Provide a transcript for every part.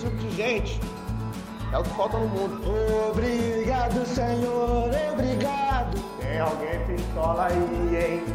tipo de gente é o que falta no mundo. Obrigado, Senhor, obrigado. Tem alguém pistola aí, hein?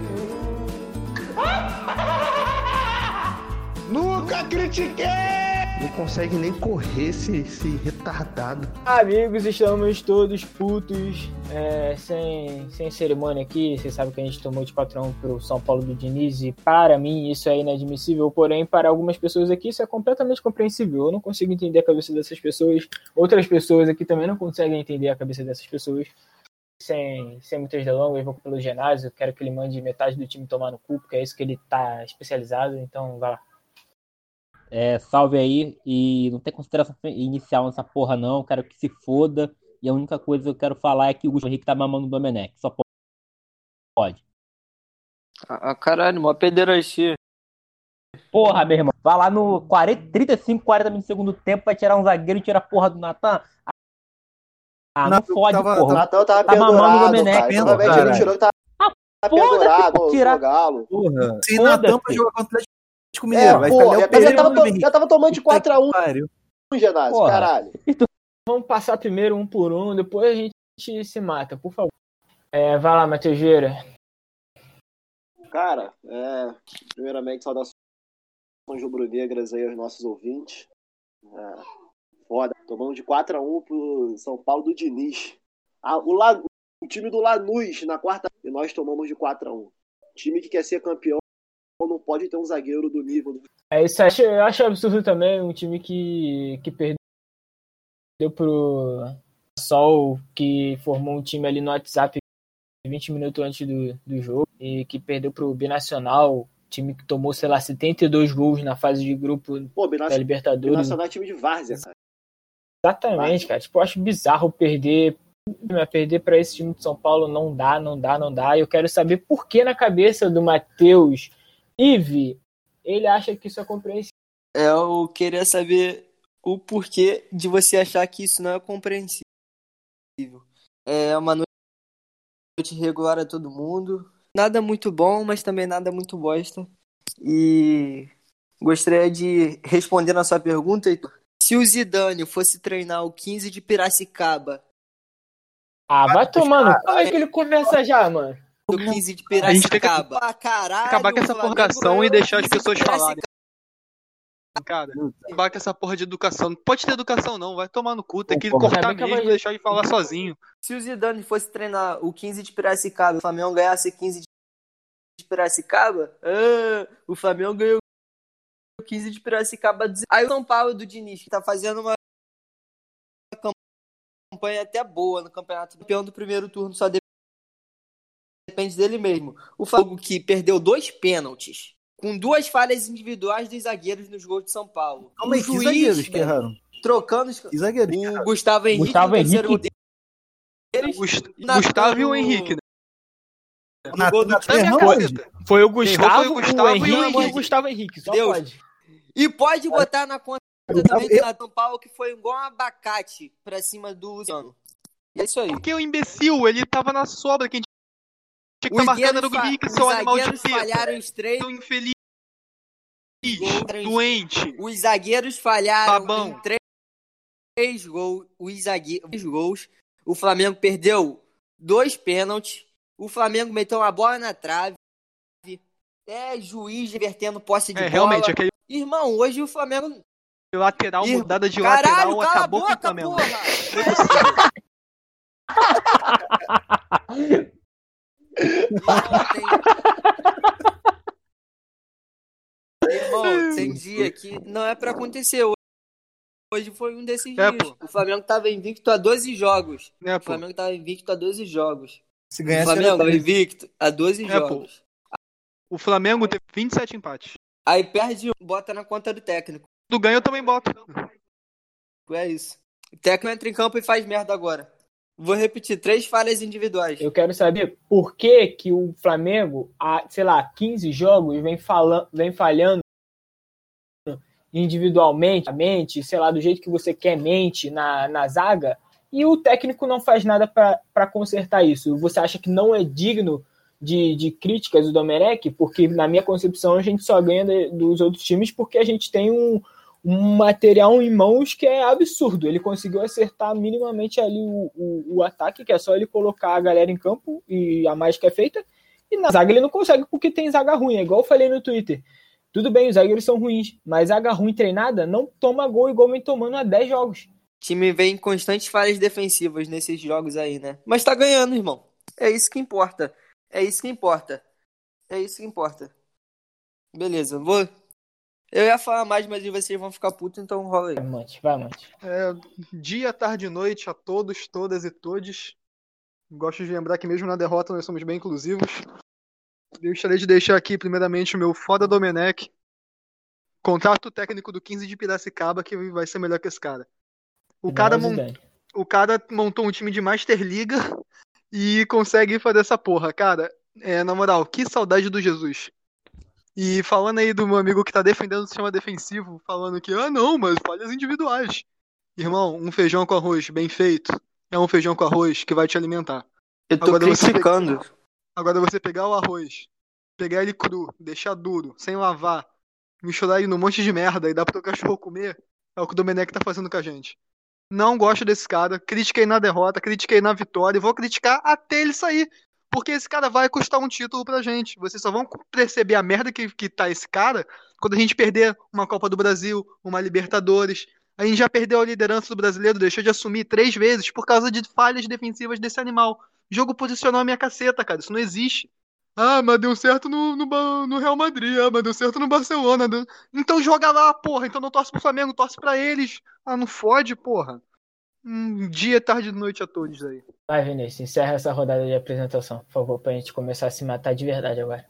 Nunca critiquei! Não consegue nem correr esse retardado. Amigos, estamos todos putos, sem cerimônia aqui. Vocês sabem que a gente tomou de 4-1 pro São Paulo do Diniz e para mim isso é inadmissível, porém para algumas pessoas aqui isso é completamente compreensível. Eu não consigo entender a cabeça dessas pessoas, outras pessoas aqui também não conseguem entender a cabeça dessas pessoas. Sem muitas delongas, eu vou pelo ginásio, quero que ele mande metade do time tomar no cu, porque é isso que ele tá especializado, então vai lá. Salve aí, e não tem consideração inicial nessa porra não, quero que se foda, e a única coisa que eu quero falar é que o Gustavo Henrique tá mamando o Domenech, só pode. Caralho, mó pederastia. Porra, meu irmão, vai lá no 35, 40 minutos do segundo tempo, vai tirar um zagueiro e tirar a porra do Natan. Não fode, porra. O Natan tava mamando o pendurado, Domenech, cara. Provavelmente ele tirou que tava pendurado, tirar no Galo. Porra, se Natan pra jogar contra o Atlético Mineiro, vai porra, ficar já tava tomando de 4-1 no Genásio, caralho. Então, vamos passar primeiro um por um, depois a gente se mata, por favor. Vai lá, Matheus Vieira. Cara, primeiramente, saudações rubro-negras aí aos nossos ouvintes. Foda, tomamos de 4-1 pro São Paulo do Diniz. O time do Lanús na quarta, e nós tomamos de 4-1. Time que quer ser campeão não pode ter um zagueiro do nível do... Isso eu acho absurdo também, um time que perdeu pro Sol, que formou um time ali no WhatsApp 20 minutos antes do jogo, e que perdeu pro Binacional, time que tomou, 72 gols na fase de grupo da Libertadores. Binacional é time de várzea, cara. Exatamente, cara. Eu acho bizarro perder pra esse time de São Paulo, não dá. Eu quero saber por que na cabeça do Matheus Ive, ele acha que isso é compreensível. Eu queria saber o porquê de você achar que isso não é compreensível. É uma noite regular a todo mundo. Nada muito bom, mas também nada muito bosta. E gostaria de responder na sua pergunta, Heitor. Se o Zidane fosse treinar o 15 de Piracicaba... vai tomando. Como é que ele começa já, mano? O 15 de Piracicaba. A gente tem que acabar com essa porcação e deixar as pessoas falarem. Cara, acabar com essa porra de educação. Não pode ter educação não, vai tomar no cu. Tem que cortar mesmo e deixar ele falar sozinho. Se o Zidane fosse treinar o 15 de Piracicaba e o Flamengo ganhasse 15 de Piracicaba, o Flamengo ganhou o 15 de Piracicaba. Aí o São Paulo do Diniz, que tá fazendo uma campanha até boa no campeonato, campeão do primeiro turno, só depende dele mesmo. O Flamengo que perdeu 2 pênaltis, com 2 falhas individuais dos zagueiros nos gols de São Paulo. Calma aí, que zagueiros que erraram? Trocando os... O Gustavo Henrique. Gustavo e o Henrique, né? Foi o Gustavo, o Henrique e o Gustavo Henrique. Só pode. E pode botar na conta também do São Paulo, que foi igual um abacate pra cima do Luciano. É isso aí. Porque o imbecil, ele tava na sobra, quem tinha que estar marcando era o Henrique, seu animal de teta. Falharam os 3. Seu infeliz. Doente. Os zagueiros falharam Babão. em 3 gols. Os gols. O Flamengo perdeu 2 pênaltis. O Flamengo meteu uma bola na trave. Juiz revertendo posse de bola. Realmente, aquele... Irmão, hoje o Flamengo... Lateral, mudada de Caralho, lateral, acabou com o Flamengo. Irmão, tem dia que não é pra acontecer. Hoje foi um desses dias. Pô. O Flamengo tava invicto a 12 jogos. O Flamengo tava invicto a 12 jogos. Se O ganhasse, Flamengo invicto a 12 Pô. jogos. O Flamengo teve 27 empates. Aí perde, bota na conta do técnico. Do ganho eu também boto. É isso. O técnico entra em campo e faz merda agora. Vou repetir, 3 falhas individuais. Eu quero saber por que o Flamengo, há, 15 jogos, vem falhando individualmente, do jeito que você quer, mente na zaga, e o técnico não faz nada para consertar isso. Você acha que não é digno de críticas do Domenech? Porque, na minha concepção, a gente só ganha dos outros times porque a gente tem um um material em mãos que é absurdo. Ele conseguiu acertar minimamente ali o ataque, que é só ele colocar a galera em campo e a mágica é feita. E na zaga ele não consegue porque tem zaga ruim. É igual eu falei no Twitter. Tudo bem, os zagueiros são ruins, mas zaga ruim treinada não toma gol igual vem tomando há 10 jogos. O time vem em constantes falhas defensivas nesses jogos aí, né? Mas tá ganhando, irmão. É isso que importa. É isso que importa. É isso que importa. Beleza, eu ia falar mais, mas vocês vão ficar putos, então rola aí. Vai, Monte. Dia, tarde e noite a todos, todas e todes. Gosto de lembrar que mesmo na derrota nós somos bem inclusivos. Gostaria de deixar aqui, primeiramente, o meu foda Domenech. Contrato técnico do 15 de Piracicaba, que vai ser melhor que esse cara. O cara montou um time de Masterliga e consegue fazer essa porra. Cara, na moral, que saudade do Jesus. E falando aí do meu amigo que tá defendendo o sistema defensivo, falando que, não, mas falhas individuais. Irmão, um feijão com arroz bem feito é um feijão com arroz que vai te alimentar. Eu tô criticando. Agora você pegar o arroz, pegar ele cru, deixar duro, sem lavar, misturar ele num monte de merda e dar pro teu cachorro comer, é o que o Domenech tá fazendo com a gente. Não gosto desse cara, critiquei na derrota, critiquei na vitória e vou criticar até ele sair. Porque esse cara vai custar um título pra gente. Vocês só vão perceber a merda que tá esse cara quando a gente perder uma Copa do Brasil, uma Libertadores. A gente já perdeu a liderança do brasileiro, deixou de assumir 3 vezes por causa de falhas defensivas desse animal. Jogo posicional é minha caceta, cara. Isso não existe. Mas deu certo no Real Madrid. Mas deu certo no Barcelona. Então joga lá, porra. Então não torce pro Flamengo, torce pra eles. Não fode, porra. Dia, tarde e noite a todos aí. Vai, Vinícius, encerra essa rodada de apresentação, por favor, pra gente começar a se matar de verdade agora.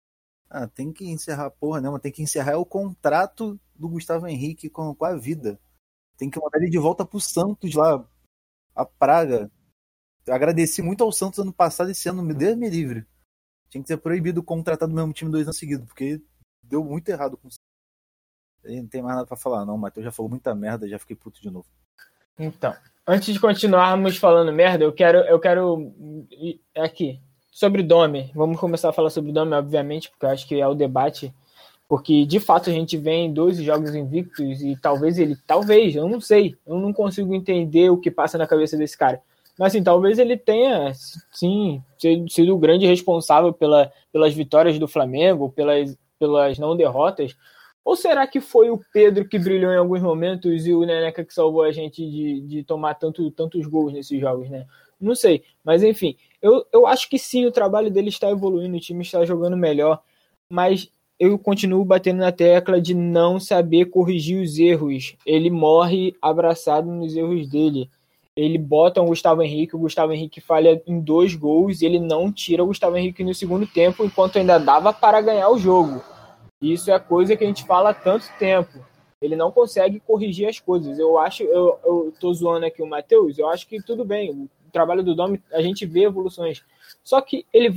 Tem que encerrar, porra, não, mas tem que encerrar o contrato do Gustavo Henrique com a vida. Tem que mandar ele de volta pro Santos lá, a praga. Eu agradeci muito ao Santos ano passado, esse ano, Deus me livre. Tinha que ser proibido contratar do mesmo time 2 anos seguidos, porque deu muito errado com o Santos. Não tem mais nada pra falar, não. O Matheus já falou muita merda, já fiquei puto de novo. Então, antes de continuarmos falando merda, eu quero aqui, sobre o Domi. Vamos começar a falar sobre o Domi, obviamente, porque eu acho que é o debate, porque de fato a gente vem 12 jogos invictos e talvez, eu não sei, eu não consigo entender o que passa na cabeça desse cara. Mas assim, talvez ele tenha, sim, sido o grande responsável pelas vitórias do Flamengo, pelas não derrotas. Ou será que foi o Pedro que brilhou em alguns momentos e o Neneca que salvou a gente de tomar tantos gols nesses jogos, né? Não sei, mas enfim, eu acho que sim, o trabalho dele está evoluindo, o time está jogando melhor, mas eu continuo batendo na tecla de não saber corrigir os erros. Ele morre abraçado nos erros dele. Ele bota o Gustavo Henrique falha em 2 gols e ele não tira o Gustavo Henrique no segundo tempo, enquanto ainda dava para ganhar o jogo. Isso é coisa que a gente fala há tanto tempo. Ele não consegue corrigir as coisas. Eu tô zoando aqui o Matheus, eu acho que tudo bem. O trabalho do Domi, a gente vê evoluções. Só que ele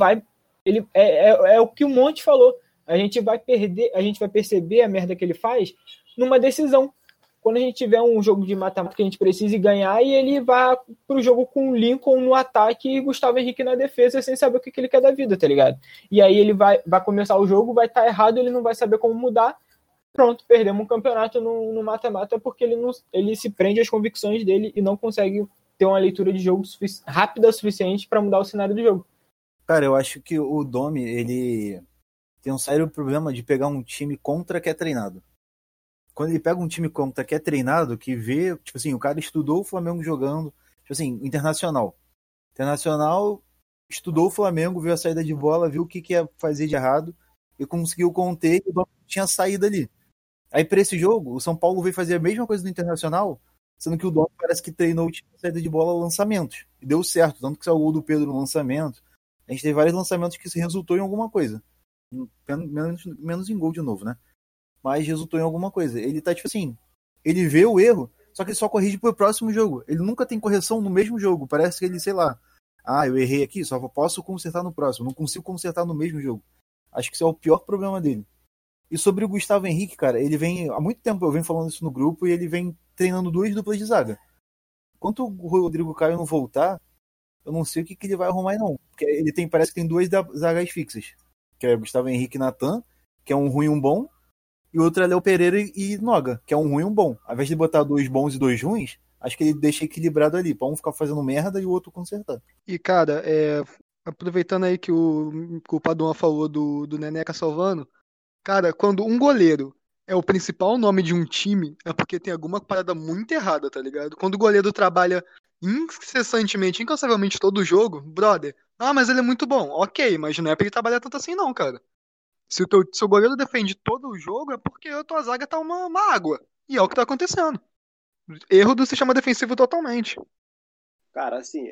é o que o Monte falou. A gente vai perceber a merda que ele faz numa decisão. Quando a gente tiver um jogo de mata-mata que a gente precise ganhar e ele vai pro jogo com o Lincoln no ataque e Gustavo Henrique na defesa sem saber o que ele quer da vida, tá ligado? E aí ele vai começar o jogo, vai estar errado, ele não vai saber como mudar. Pronto, perdemos um campeonato no mata-mata porque ele se prende às convicções dele e não consegue ter uma leitura de jogo rápida o suficiente para mudar o cenário do jogo. Cara, eu acho que o Domi, ele tem um sério problema de pegar um time contra que é treinado. Quando ele pega um time contra que é treinado, que vê, tipo assim, o cara estudou o Flamengo jogando, tipo assim, Internacional estudou o Flamengo, viu a saída de bola, viu o que ia fazer de errado e conseguiu conter e o Domi tinha saído ali. Aí pra esse jogo, o São Paulo veio fazer a mesma coisa do Internacional, sendo que o Domi parece que treinou o time de saída de bola lançamentos. E deu certo, tanto que saiu o gol do Pedro no lançamento. A gente teve vários lançamentos que resultou em alguma coisa. Menos em gol de novo, né? Mas resultou em alguma coisa. Ele tá tipo assim, ele vê o erro, só que ele só corrige pro próximo jogo. Ele nunca tem correção no mesmo jogo. Parece que ele, sei lá, eu errei aqui, só posso consertar no próximo. Não consigo consertar no mesmo jogo. Acho que isso é o pior problema dele. E sobre o Gustavo Henrique, cara, ele vem, há muito tempo eu venho falando isso no grupo e ele vem treinando 2 duplas de zaga. Enquanto o Rodrigo Caio não voltar, eu não sei o que ele vai arrumar não. Porque ele parece que tem 2 zagas fixas. Que é o Gustavo Henrique e Natan, que é um ruim e um bom. e o outro é Léo Pereira e Noga, que é um ruim e um bom. Ao invés de botar 2 bons e 2 ruins, acho que ele deixa equilibrado ali, pra um ficar fazendo merda e o outro consertar. E, cara, aproveitando aí que o Paduan falou do Neneca salvando, cara, quando um goleiro é o principal nome de um time, é porque tem alguma parada muito errada, tá ligado? Quando o goleiro trabalha incessantemente, incansavelmente todo jogo, brother, mas ele é muito bom. Ok, mas não é pra ele trabalhar tanto assim não, cara. Se o seu goleiro defende todo o jogo, é porque a tua zaga tá uma água. E é o que tá acontecendo. Erro do sistema defensivo totalmente. Cara, assim,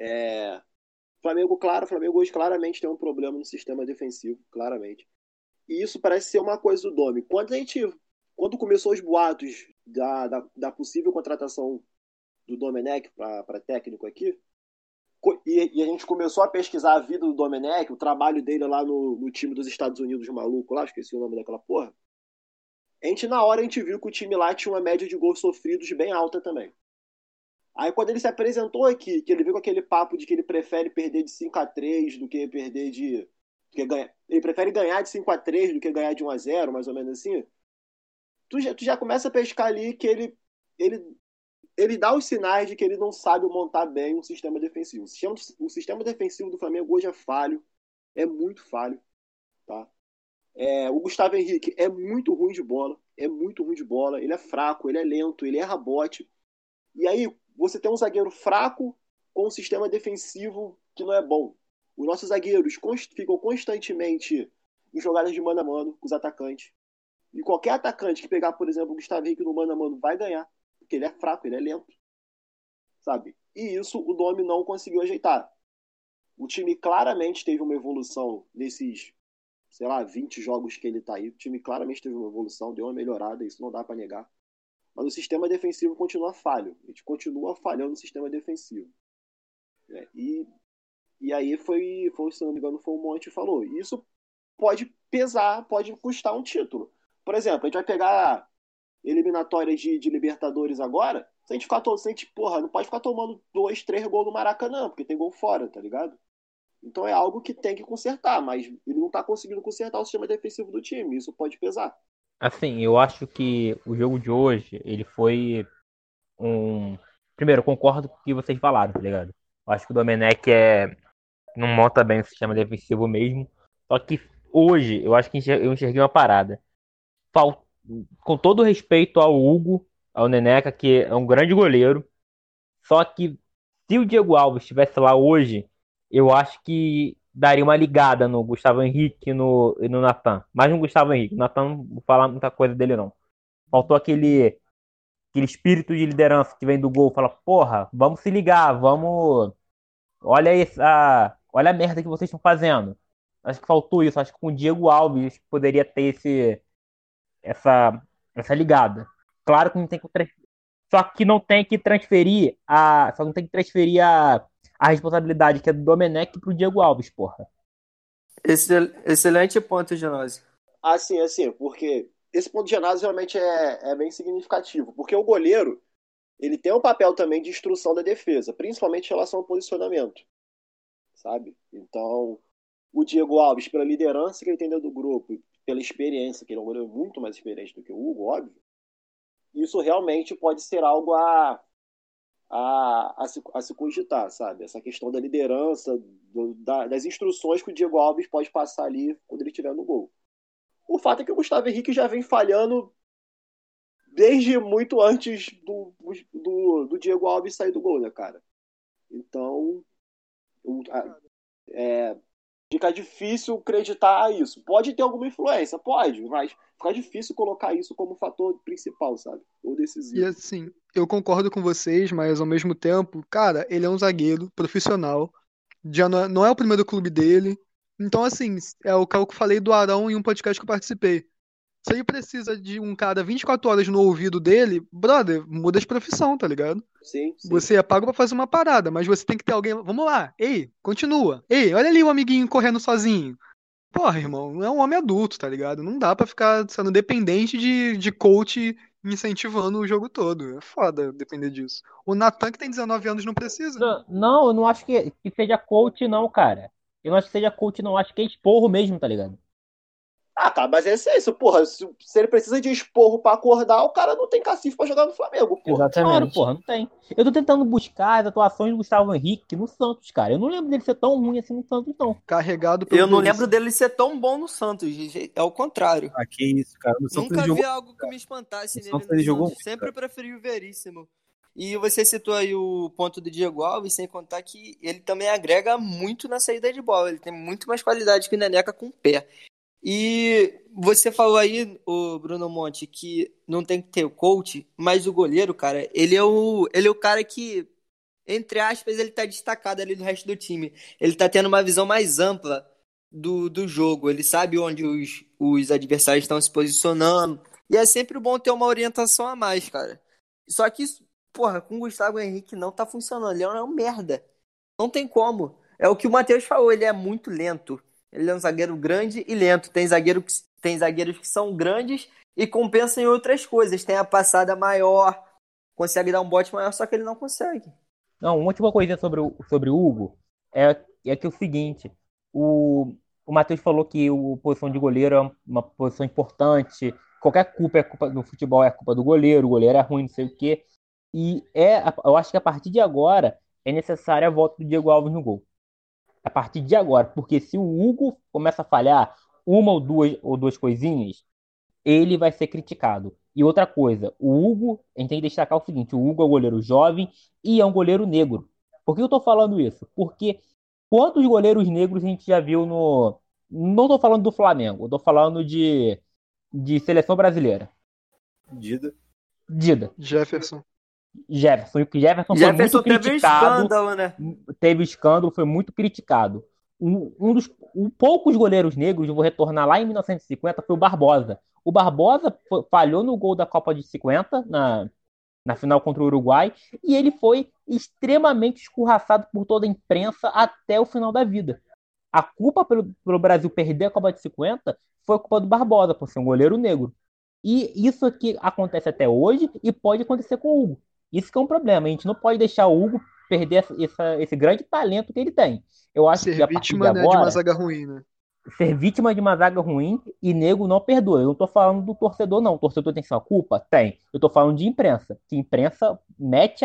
Flamengo hoje claramente tem um problema no sistema defensivo, claramente. E isso parece ser uma coisa do Domi. Quando começou os boatos da possível contratação do Domenech para técnico aqui, e a gente começou a pesquisar a vida do Domenech, o trabalho dele lá no time dos Estados Unidos, maluco lá, esqueci o nome daquela porra. Na hora a gente viu que o time lá tinha uma média de gols sofridos bem alta também. Aí quando ele se apresentou aqui, que ele veio com aquele papo de que ele prefere perder de 5-3 do que perder ele prefere ganhar de 5-3 do que ganhar de 1-0, mais ou menos assim. Tu já começa a pescar ali que ele dá os sinais de que ele não sabe montar bem um sistema defensivo. O sistema defensivo do Flamengo hoje é falho, é muito falho, tá? O Gustavo Henrique é muito ruim de bola, ele é fraco, ele é lento, ele erra bote. E aí você tem um zagueiro fraco com um sistema defensivo que não é bom. Os nossos zagueiros ficam constantemente em jogadas de mano a mano com os atacantes. E qualquer atacante que pegar, por exemplo, o Gustavo Henrique no mano a mano vai ganhar, porque ele é fraco, ele é lento, sabe? E isso o Domi não conseguiu ajeitar. O time claramente teve uma evolução nesses, 20 jogos que ele tá aí. O time claramente teve uma evolução, deu uma melhorada, isso não dá para negar. Mas o sistema defensivo continua falho. A gente continua falhando no sistema defensivo. E aí foi, se não me engano, foi o Monte que falou. Isso pode pesar, pode custar um título. Por exemplo, a gente vai pegar eliminatórias de Libertadores agora, se a gente ficar não pode ficar tomando 2, 3 gols no Maracanã, porque tem gol fora, tá ligado? Então é algo que tem que consertar, mas ele não tá conseguindo consertar o sistema defensivo do time, isso pode pesar. Assim, eu acho que o jogo de hoje, ele foi Primeiro, eu concordo com o que vocês falaram, tá ligado? Eu acho que o Domenech não monta bem o sistema defensivo mesmo. Só que hoje, eu acho que eu enxerguei uma parada. Com todo respeito ao Hugo, ao Neneca, que é um grande goleiro. Só que se o Diego Alves estivesse lá hoje, eu acho que daria uma ligada no Gustavo Henrique e no Nathan. Mais no Gustavo Henrique. O Nathan não vou falar muita coisa dele, não. Faltou aquele espírito de liderança que vem do gol. Fala, porra, vamos se ligar, vamos... Olha a merda que vocês estão fazendo. Acho que faltou isso. Acho que com o Diego Alves poderia ter essa ligada. Claro que não tem que só que não tem que transferir a responsabilidade que é do Domenech pro Diego Alves, porra. Excelente ponto, Genose. Assim, porque esse ponto de análise realmente é bem significativo, porque o goleiro, ele tem um papel também de instrução da defesa, principalmente em relação ao posicionamento, sabe? Então, o Diego Alves, pela liderança que ele tem dentro do grupo, pela experiência, que ele é um goleiro muito mais experiente do que o Hugo, óbvio, isso realmente pode ser algo a se cogitar, sabe? Essa questão da liderança, das instruções que o Diego Alves pode passar ali quando ele estiver no gol. O fato é que o Gustavo Henrique já vem falhando desde muito antes do Diego Alves sair do gol, né, cara? Então, fica difícil acreditar isso. Pode ter alguma influência, pode, mas fica difícil colocar isso como fator principal, sabe? Ou decisivo. E assim, eu concordo com vocês, mas ao mesmo tempo, cara, ele é um zagueiro profissional. Já não é o primeiro clube dele. Então, assim, é o que eu falei do Arão em um podcast que eu participei. Se ele precisa de um cara 24 horas no ouvido dele, brother, muda de profissão, tá ligado? Sim. Você é pago pra fazer uma parada, mas você tem que ter alguém. Vamos lá, ei, continua. Ei, olha ali o amiguinho correndo sozinho. Porra, irmão, é um homem adulto, tá ligado? Não dá pra ficar sendo dependente de coach incentivando o jogo todo. É foda depender disso. O Nathan, que tem 19 anos, não precisa. Não, eu não acho que seja coach, não, cara. Eu não acho que seja coach, não. Eu acho que é esporro mesmo, tá ligado? Ah, cara, mas é isso, porra. Se ele precisa de esporro pra acordar, o cara não tem cacife pra jogar no Flamengo, porra. Claro, Exatamente. porra, não tem. Eu tô tentando buscar as atuações do Gustavo Henrique no Santos, cara. Eu não lembro dele ser tão ruim assim no Santos, não. Carregado pelo Eu não Veríssimo. lembro dele ser tão bom no Santos, é o contrário. Ah, que isso, cara. No Santos Nunca ele vi jogou. algo que me espantasse No nele Santos no ele jogou Santos. muito, Sempre preferi o Veríssimo. E você citou aí o ponto do Diego Alves, sem contar que ele também agrega muito na saída de bola. Ele tem muito mais qualidade que o Neneca com o pé. E você falou aí, o Bruno Monte, que não tem que ter o coach, mas o goleiro, cara, ele é o cara que, entre aspas, ele tá destacado ali do resto do time. Ele tá tendo uma visão mais ampla do jogo. Ele sabe onde os adversários estão se posicionando. E é sempre bom ter uma orientação a mais, cara. Só que, porra, com o Gustavo Henrique não tá funcionando. Ele é um merda. Não tem como. É o que o Matheus falou, ele é muito lento. Ele é um zagueiro grande e lento. Tem zagueiros que são grandes e compensam em outras coisas. Tem a passada maior, consegue dar um bote maior, só que ele não consegue. Não, uma última coisinha sobre o Hugo é que é o seguinte, o Matheus falou que a posição de goleiro é uma posição importante, qualquer culpa é culpa do futebol, é culpa do goleiro, o goleiro é ruim, não sei o quê. Eu acho que a partir de agora é necessária a volta do Diego Alves no gol. A partir de agora, porque se o Hugo começa a falhar uma ou duas coisinhas, ele vai ser criticado. E outra coisa, o Hugo, a gente tem que destacar o seguinte, o Hugo é um goleiro jovem e é um goleiro negro. Por que eu tô falando isso? Porque quantos goleiros negros a gente já viu no... Não tô falando do Flamengo, eu tô falando de seleção brasileira. Dida. Dida, Jefferson. Jefferson. E o Jefferson foi Jefferson muito teve um criticado. escândalo, né? Teve escândalo, foi muito criticado. Um dos poucos goleiros negros, eu vou retornar lá em 1950, foi o Barbosa. O Barbosa falhou no gol da Copa de 50, na final contra o Uruguai, e ele foi extremamente escorraçado por toda a imprensa até o final da vida. A culpa pelo Brasil perder a Copa de 50 foi a culpa do Barbosa, por ser um goleiro negro. E isso aqui acontece até hoje e pode acontecer com o Hugo. Isso que é um problema. A gente não pode deixar o Hugo perder esse grande talento que ele tem. Eu acho que Ser a partir de vítima, né, de uma agora, zaga ruim, né? ser vítima de uma zaga ruim e nego não perdoa. Eu não tô falando do torcedor, não. O torcedor tem sua culpa? Tem. Eu tô falando de imprensa. Que imprensa mete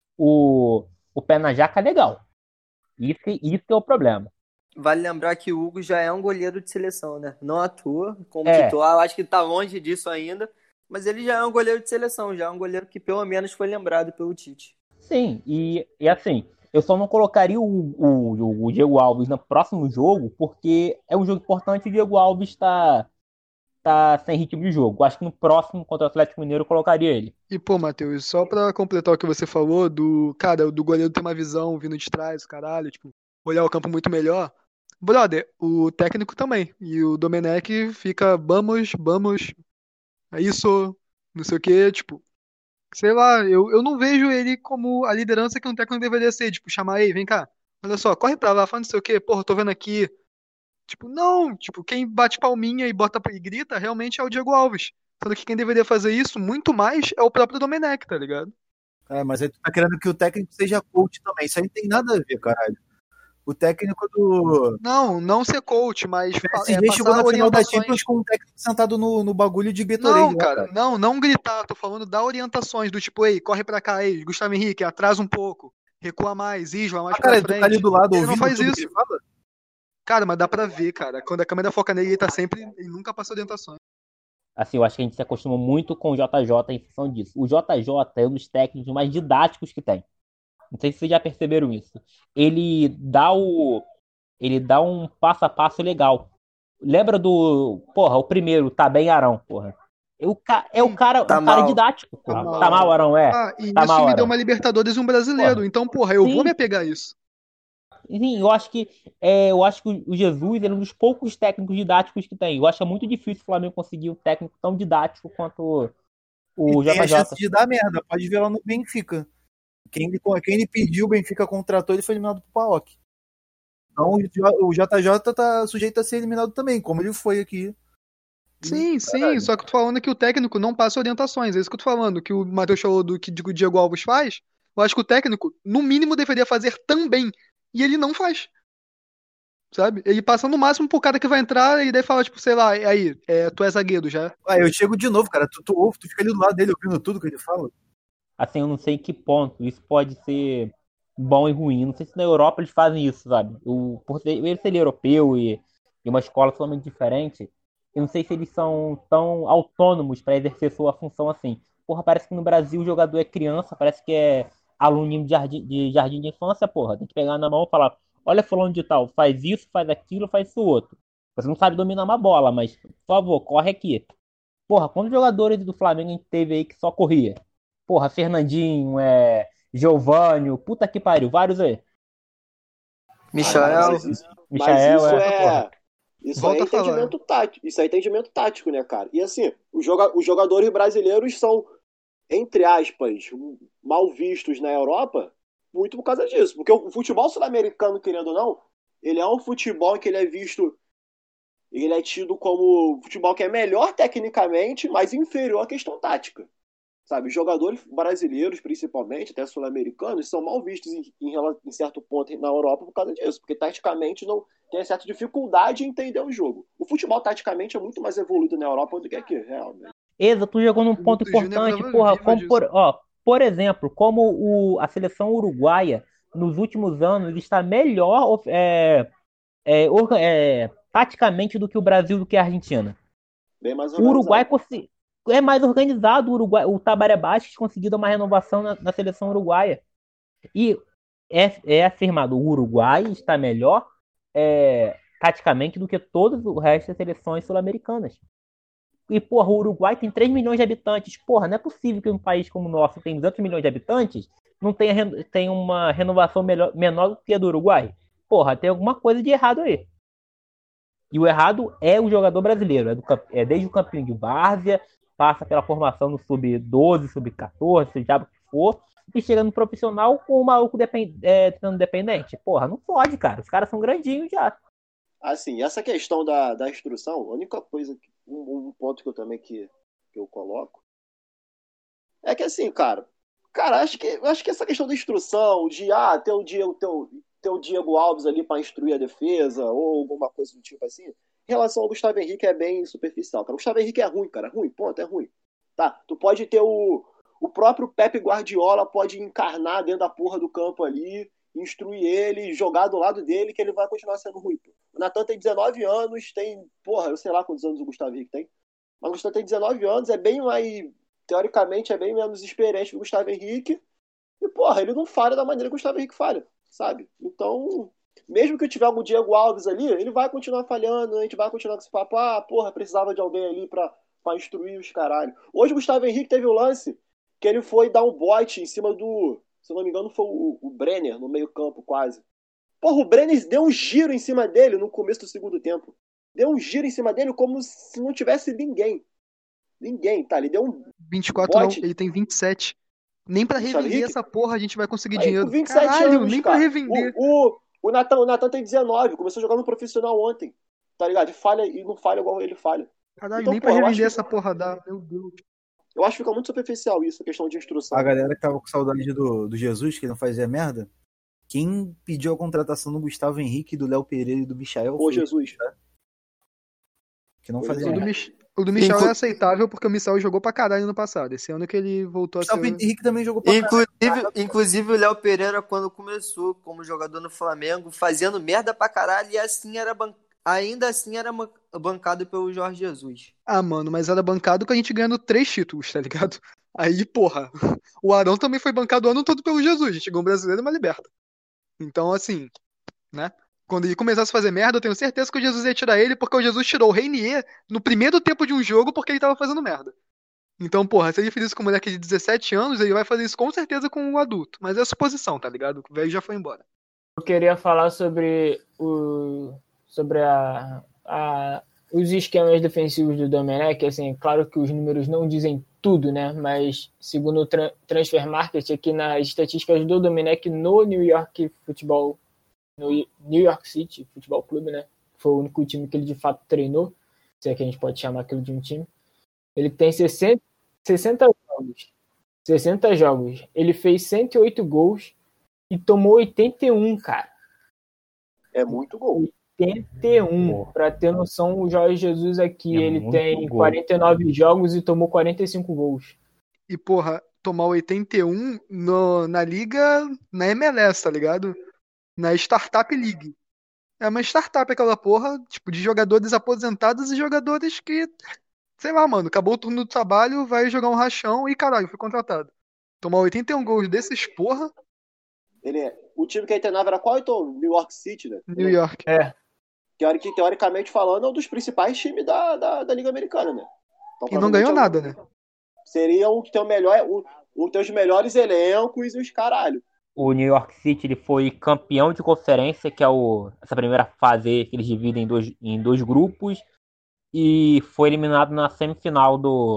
o pé na jaca legal. Isso que é o problema. Vale lembrar que o Hugo já é um goleiro de seleção, né? Não atua como É. titular, eu acho que tá longe disso ainda, mas ele já é um goleiro de seleção, já é um goleiro que pelo menos foi lembrado pelo Tite. Sim, e assim, eu só não colocaria o Diego Alves no próximo jogo, porque é um jogo importante e o Diego Alves tá sem ritmo de jogo. Acho que no próximo, contra o Atlético Mineiro, eu colocaria ele. E, pô, Matheus, só pra completar o que você falou, do goleiro ter uma visão vindo de trás, caralho, tipo, olhar o campo muito melhor. Brother, o técnico também. E o Domenech fica, vamos, é isso, não sei o quê, tipo, sei lá, eu não vejo ele como a liderança que um técnico deveria ser, tipo, chamar, ei, vem cá, olha só, corre pra lá, fala não sei o quê, porra, tô vendo aqui. Tipo, não, tipo, quem bate palminha e bota e grita realmente é o Diego Alves. Sendo que quem deveria fazer isso muito mais é o próprio Domenech, tá ligado? É, mas aí tu tá querendo que o técnico seja coach também. Isso aí não tem nada a ver, caralho. O técnico do Não ser coach, mas PSG chegou na passar final da orientações. Champions com um técnico sentado no bagulho de Gatorade Não, lá, cara, não gritar, tô falando dar orientações do tipo, ei, corre pra cá, ei, Gustavo Henrique, atrasa um pouco, recua mais, Isla mais Ah, cara, pra tu tá ali frente. do lado Ele não ouvindo faz tudo que isso. ele fala? Cara, mas dá pra ver, cara. Quando a câmera foca nele, ele nunca passa orientações. Assim, eu acho que a gente se acostumou muito com o JJ em função disso. O JJ é um dos técnicos mais didáticos que tem. Não sei se vocês já perceberam isso. Ele dá um passo a passo legal. Lembra do, porra, o primeiro, tá bem Arão, porra. É o cara, Tá um cara mal. didático, porra. Tá mal. Tá mal, Arão, é. Ah, e Tá isso mal, me deu Arão. uma Libertadores e um brasileiro. Porra. Então, porra, eu Sim. vou me apegar a isso. Sim, eu acho que o Jesus ele é um dos poucos técnicos didáticos que tem. Eu acho muito difícil o Flamengo conseguir um técnico tão didático quanto o E tem a chance JJ. de dar merda. Pode ver lá no Benfica. Quem ele pediu, o Benfica contratou, ele foi eliminado pro PAOK. Então o JJ tá sujeito a ser eliminado também, como ele foi aqui. Sim, Caralho. só que eu tô falando que o técnico não passa orientações. É isso que eu tô falando. Que o Matheus falou do que o Diego Alves faz. Eu acho que o técnico, no mínimo, deveria fazer também. E ele não faz. sabe? Ele passa no máximo pro cara que vai entrar e daí fala, tipo, sei lá, aí, tu é zagueiro já. Eu chego de novo, cara. Tu ouve, tu fica ali do lado dele ouvindo tudo que ele fala. Assim, eu não sei em que ponto isso pode ser bom e ruim. Não sei se na Europa eles fazem isso, sabe? Por ele ser europeu e uma escola totalmente diferente, eu não sei se eles são tão autônomos para exercer sua função assim. Porra, parece que no Brasil o jogador é criança, parece que é aluninho de jardim de infância, porra. Tem que pegar na mão e falar, olha fulano de tal, faz isso, faz aquilo, faz isso outro. Você não sabe dominar uma bola, mas, por favor, corre aqui. Porra, quantos jogadores do Flamengo a gente teve aí que só corria? Porra, Fernandinho, Giovânio, puta que pariu, vários aí. Michael. Michael, Isso Volta aí é a falar. entendimento tático. Isso aí é entendimento tático, né, cara? E assim, os jogadores brasileiros são, entre aspas, mal vistos na Europa muito por causa disso. Porque o futebol sul-americano, querendo ou não, ele é um futebol que ele é visto, ele é tido como futebol que é melhor tecnicamente, mas inferior à questão tática. Sabe, os jogadores brasileiros, principalmente, até sul-americanos, são mal vistos em certo ponto na Europa por causa disso, porque taticamente não tem certa dificuldade em entender o jogo. O futebol, taticamente, é muito mais evoluído na Europa do que aqui, realmente. Exa, tu jogou num ponto Vinícius Júnior é importante, prova porra, viva como disso. por exemplo, como a seleção uruguaia, nos últimos anos, está melhor taticamente do que o Brasil, do que a Argentina. Bem mais O Uruguai organizado. é mais organizado, o Tabaré Bastos conseguiu dar uma renovação na seleção uruguaia. E é afirmado, o Uruguai está melhor taticamente do que todo o resto das seleções sul-americanas. E, porra, o Uruguai tem 3 milhões de habitantes. Porra, não é possível que um país como o nosso, que tem 200 milhões de habitantes, não tenha uma renovação menor do que a do Uruguai. Porra, tem alguma coisa de errado aí. E o errado é o jogador brasileiro. É desde o campinho de várzea, passa pela formação no sub-12, sub-14, seja o que for, e chega no profissional com o maluco sendo dependente. Porra, não pode, cara. Os caras são grandinhos já. Assim, essa questão da instrução, a única coisa, um ponto que eu também que eu coloco, é que assim, cara, acho que essa questão da instrução, de ter o Diego Alves ali para instruir a defesa, ou alguma coisa do tipo assim, em relação ao Gustavo Henrique é bem superficial, cara. O Gustavo Henrique é ruim, cara, ruim, ponto, é ruim. Tá, tu pode ter o próprio Pepe Guardiola pode encarnar dentro da porra do campo ali, instruir ele, jogar do lado dele, que ele vai continuar sendo ruim. Pô. O Natan tem 19 anos, eu sei lá quantos anos o Gustavo Henrique tem, mas o Gustavo tem 19 anos, teoricamente é bem menos experiente que o Gustavo Henrique, e porra, ele não falha da maneira que o Gustavo Henrique falha, sabe? Então, mesmo que tiver algum Diego Alves ali, ele vai continuar falhando, a gente vai continuar com esse papo, porra, precisava de alguém ali pra instruir os caralho. Hoje o Gustavo Henrique teve o lance que ele foi dar um bote em cima se eu não me engano, foi o Brenner, no meio campo, quase. Porra, o Brenner deu um giro em cima dele no começo do segundo tempo. Deu um giro em cima dele como se não tivesse ninguém. Ninguém, tá? Ele deu um 24 bote. não, ele tem 27. Nem pra Gustavo revender Henrique? essa porra a gente vai conseguir Aí, com dinheiro. 27 Caralho, anos, nem pra cara. revender. O Natan tem 19, começou a jogar no profissional ontem. Tá ligado? E não falha igual ele falha. Caralho, Então, nem pra porra, revender essa porra dá. Meu Deus. eu acho que fica muito superficial isso, a questão de instrução. A galera que tava com saudade do Jesus, que não fazia merda, quem pediu a contratação do Gustavo Henrique, do Léo Pereira e do Michael Ô, Jesus. que não Ô, fazia O do, merda. o do Michel é aceitável porque o Michel jogou pra caralho no passado. Esse ano que ele voltou a Gustavo ser. Henrique também jogou pra caralho. Inclusive o Léo Pereira, quando começou como jogador no Flamengo, fazendo merda pra caralho, e assim ainda assim era bancado pelo Jorge Jesus. Ah, mano, mas era bancado com a gente ganhando 3 títulos, tá ligado? Aí, porra, o Arão também foi bancado o ano todo pelo Jesus. A gente ganhou um brasileiro e uma liberta. Então, assim, né? Quando ele começasse a fazer merda, eu tenho certeza que o Jesus ia tirar ele, porque o Jesus tirou o Reinier no primeiro tempo de um jogo porque ele tava fazendo merda. Então, porra, se ele fez isso com um moleque de 17 anos, ele vai fazer isso com certeza com um adulto. Mas é suposição, tá ligado? O velho já foi embora. Eu queria falar sobre os esquemas defensivos do Domenech. Assim, claro que os números não dizem tudo, né? Mas segundo o Transfer Market, aqui nas estatísticas do Domenech no New York City Futebol Clube, né? Foi o único time que ele de fato treinou, se é que a gente pode chamar aquilo de um time. Ele tem 60 jogos. 60 jogos. Ele fez 108 gols e tomou 81, cara. É muito gol. 81. Porra. Pra ter noção, o Jorge Jesus aqui, É ele muito tem gol. 49 jogos e tomou 45 gols. E, porra, tomar 81 na liga, na MLS, tá ligado? Na Startup League. É uma startup aquela porra, tipo, de jogadores aposentados e jogadores que, sei lá, mano, acabou o turno do trabalho, vai jogar um rachão e caralho, foi contratado. Tomar 81 gols desses, porra, O time que ele treinava era qual, então? New York City, né? New York. É, Que, teoricamente falando, é um dos principais times da Liga Americana, né? Então, E não ganhou provavelmente, nada, né? Seria o que tem o melhor, o tem os melhores elencos e os caralho. O New York City ele foi campeão de conferência, que é essa primeira fase que eles dividem em dois grupos, e foi eliminado na semifinal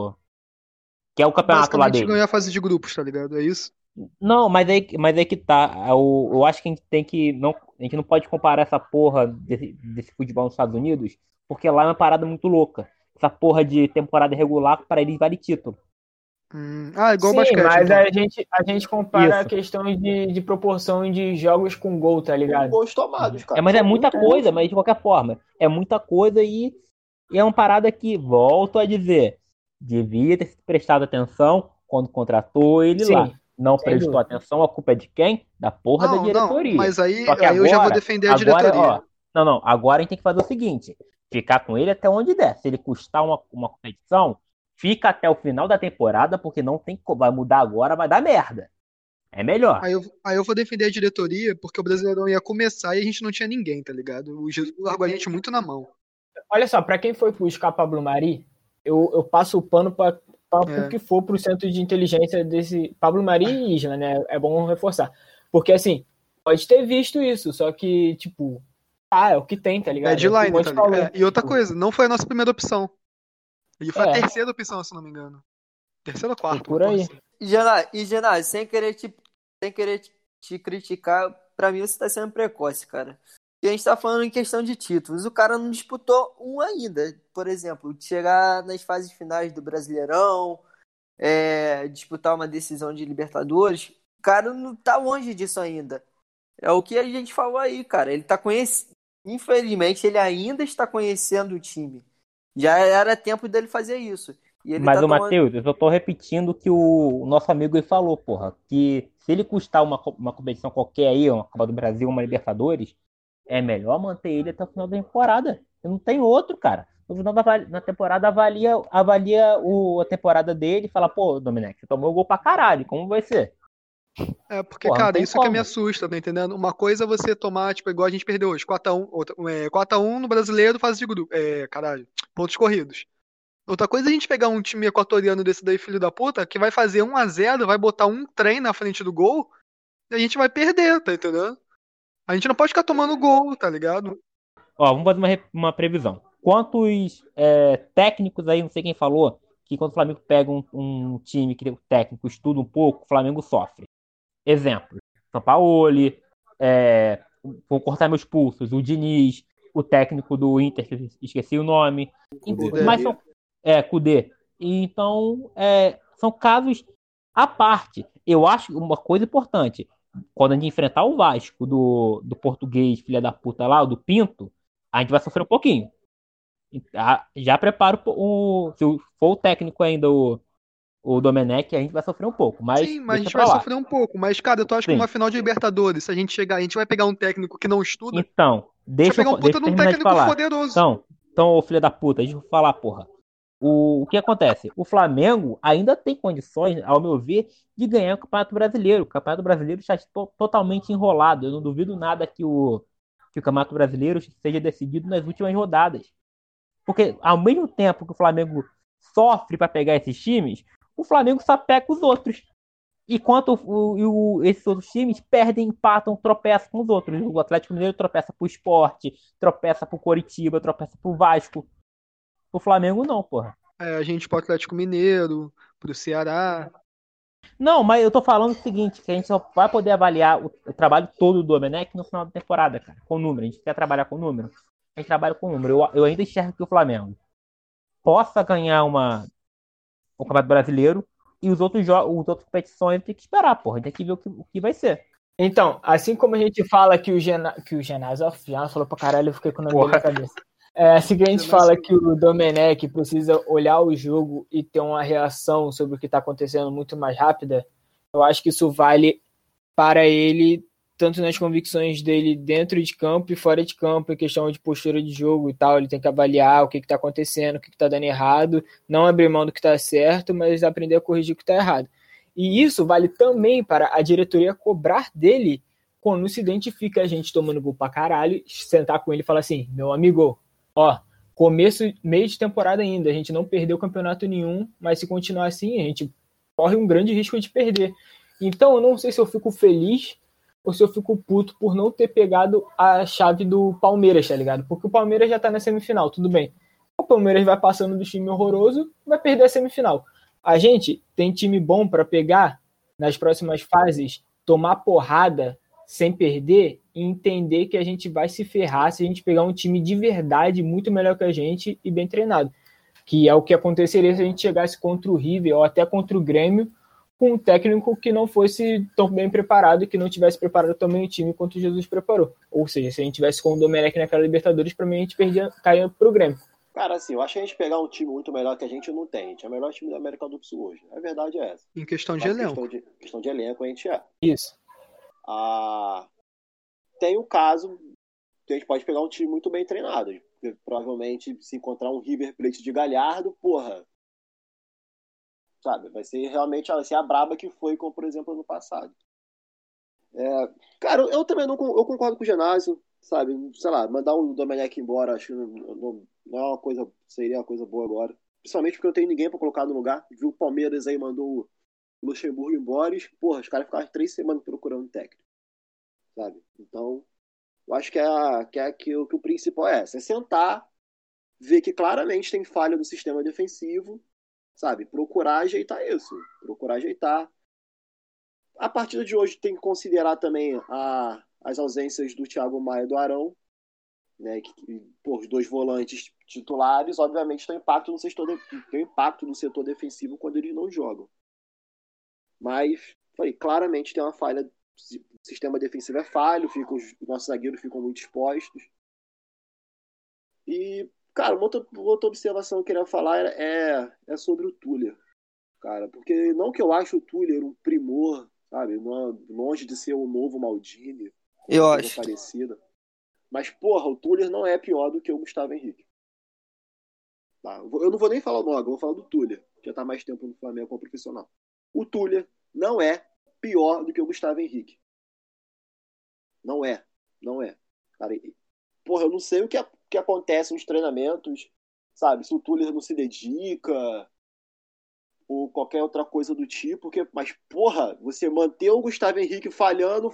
que é o campeonato lá Basicamente dele. ganhou a fase de grupos, tá ligado? É isso? Não, mas aí que tá. Eu acho que a gente tem que. Não, a gente não pode comparar essa porra desse futebol nos Estados Unidos, porque lá é uma parada muito louca. Essa porra de temporada regular, para eles vale título. Igual sim, basquete, mas então. a gente compara a Isso. questão de proporção de jogos com gol, tá Com ligado? gols tomados, cara. Mas é São muita muito coisa, gols. mas de qualquer forma. É muita coisa e é uma parada que, volto a dizer, devia ter prestado atenção quando contratou ele lá. Sim, Não sem prestou dúvida. atenção, a culpa é de quem? Da porra da Não, diretoria. mas aí Só que eu já vou agora, defender a diretoria. agora a gente tem que fazer o seguinte, ficar com ele até onde der. Se ele custar uma competição, fica até o final da temporada, porque não tem, vai mudar agora, vai dar merda. É melhor. Aí eu vou defender a diretoria porque o Brasileirão ia começar e a gente não tinha ninguém, tá ligado? O Jesus largou a gente muito na mão. Olha só, pra quem foi buscar Pablo Mari, eu passo o pano pra o que for pro centro de inteligência desse Pablo Mari e Isla, né? É bom reforçar. Porque, assim, pode ter visto isso, só que, tipo, é o que tem, tá ligado? Deadline, Como tá eu te falei. ligado? E outra coisa, não foi a nossa primeira opção. Ele foi a É. terceira opção, se não me engano. Terceira ou quarta. Por aí. Genaro, sem querer te criticar, pra mim você tá sendo precoce, cara. E a gente tá falando em questão de títulos. O cara não disputou um ainda. Por exemplo, chegar nas fases finais do Brasileirão, disputar uma decisão de Libertadores. O cara não tá longe disso ainda. É o que a gente falou aí, cara. Ele tá conhecendo. Infelizmente, ele ainda está conhecendo o time. Já era tempo dele fazer isso. E ele Mas, tá ô Matheus, eu só tô repetindo o que o nosso amigo aí falou, porra. Que se ele custar uma competição qualquer aí, uma Copa do Brasil, uma Libertadores, é melhor manter ele até o final da temporada. Não tem outro, cara. No final da temporada, avalia a temporada dele e fala, pô, Domenech, você tomou gol pra caralho, como vai ser? Porque, Porra, não cara, tem isso que como. me assusta, tá entendendo? Uma coisa é você tomar, tipo, igual a gente perdeu hoje, 4x1, 4x1 no Brasileiro, fase de grupo. Pontos corridos. Outra coisa é a gente pegar um time equatoriano desse daí, filho da puta, que vai fazer 1x0, vai botar um trem na frente do gol, e a gente vai perder, tá entendendo? A gente não pode ficar tomando gol, tá ligado? Ó, vamos fazer uma previsão. Quantos técnicos aí, não sei quem falou, que quando o Flamengo pega um time que o técnico estuda um pouco, o Flamengo sofre. Exemplo, Sampaoli, vou cortar meus pulsos, o Diniz, o técnico do Inter, que eu esqueci o nome. Kudê. Mas são, Kudê. Então, são casos à parte. Eu acho uma coisa importante. Quando a gente enfrentar o Vasco do português, filha da puta lá, o do Pinto, a gente vai sofrer um pouquinho. Já preparo se for o técnico ainda, o Domenech, a gente vai sofrer um pouco, mas Sim, mas a deixa gente pra vai lá. sofrer um pouco. Mas, cara, tu acha que Sim. numa final de Libertadores, se a gente chegar, a gente vai pegar um técnico que não estuda? Então, deixa pegar um puta eu de um terminar de técnico falar. poderoso. Então, ô filho da puta, deixa eu falar, porra. O que acontece? O Flamengo ainda tem condições, ao meu ver, de ganhar o Campeonato Brasileiro. O Campeonato Brasileiro está totalmente enrolado. Eu não duvido nada que o Campeonato Brasileiro seja decidido nas últimas rodadas. Porque ao mesmo tempo que o Flamengo sofre para pegar esses times, o Flamengo sapeca os outros. Enquanto esses outros times perdem, empatam, tropeçam com os outros. O Atlético Mineiro tropeça pro Sport, tropeça pro Coritiba, tropeça pro Vasco. O Flamengo não, porra. A gente pro Atlético Mineiro, pro Ceará. Não, mas eu tô falando o seguinte, que a gente só vai poder avaliar o trabalho todo do Domenech no final da temporada, cara, com número. A gente quer trabalhar com número? A gente trabalha com número. Eu ainda enxergo que o Flamengo possa ganhar o Campeonato Brasileiro e os outras competições tem que esperar, porra. Tem que ver o que vai ser. Então, assim como a gente fala que o Genásio, já falou pra caralho, eu fiquei com o nome dele na cabeça. Assim que a gente fala que o Domenech precisa olhar o jogo e ter uma reação sobre o que está acontecendo muito mais rápida, eu acho que isso vale para ele, tanto nas convicções dele dentro de campo e fora de campo, em questão de postura de jogo e tal. Ele tem que avaliar o que está acontecendo, o que está dando errado, não abrir mão do que está certo, mas aprender a corrigir o que está errado. E isso vale também para a diretoria cobrar dele quando se identifica a gente tomando gol pra caralho, sentar com ele e falar assim, meu amigo, ó, meio de temporada ainda, a gente não perdeu campeonato nenhum, mas se continuar assim, a gente corre um grande risco de perder. Então eu não sei se eu fico feliz ou se eu fico puto por não ter pegado a chave do Palmeiras, tá ligado? Porque o Palmeiras já tá na semifinal, tudo bem. O Palmeiras vai passando do time horroroso, vai perder a semifinal. A gente tem time bom para pegar nas próximas fases, tomar porrada sem perder e entender que a gente vai se ferrar se a gente pegar um time de verdade muito melhor que a gente e bem treinado. Que é o que aconteceria se a gente chegasse contra o River ou até contra o Grêmio com um técnico que não fosse tão bem preparado e que não tivesse preparado também o time quanto o Jesus preparou. Ou seja, se a gente tivesse com o Domenech naquela Libertadores, para mim a gente caía pro Grêmio. Cara, assim, eu acho que a gente pegar um time muito melhor que a gente não tem. A gente é o melhor time da América do Sul hoje. A verdade é essa. Em questão de elenco. Questão de elenco, a gente é. Isso. Tem o caso que a gente pode pegar um time muito bem treinado. Provavelmente, se encontrar um River Plate de Galhardo, porra, sabe, vai ser realmente a braba que foi, como por exemplo no passado. Cara, eu também eu concordo com o Genásio, sabe, sei lá, mandar o Domenech embora, acho que não é uma coisa, seria uma coisa boa agora, principalmente porque não tem ninguém pra colocar no lugar. Viu o Palmeiras aí, mandou o Luxemburgo embora e, porra, os caras ficaram 3 semanas procurando técnico, sabe, então eu acho que o principal é sentar, ver que claramente tem falha no sistema defensivo, sabe? Procurar ajeitar isso. Procurar ajeitar. A partida de hoje tem que considerar também as ausências do Thiago Maia e do Arão, né? Os 2 volantes titulares, obviamente, tem impacto no setor defensivo quando eles não jogam. Mas, claramente tem uma falha. O sistema defensivo é falho, os nossos zagueiros ficam muito expostos. E, cara, uma outra observação que eu queria falar é sobre o Tuller, cara, porque não que eu acho o Tuller um primor, sabe, longe de ser um novo Maldini, eu acho parecida, mas, porra, o Tuller não é pior do que o Gustavo Henrique. Tá? Eu não vou nem falar o Noga, eu vou falar do Tuller, que já tá mais tempo no Flamengo como profissional. O Tuller não é pior do que o Gustavo Henrique. Não é. Cara, porra, eu não sei o que acontece nos treinamentos, sabe? Se o Tuller não se dedica ou qualquer outra coisa do tipo, mas, porra, você manter o Gustavo Henrique falhando,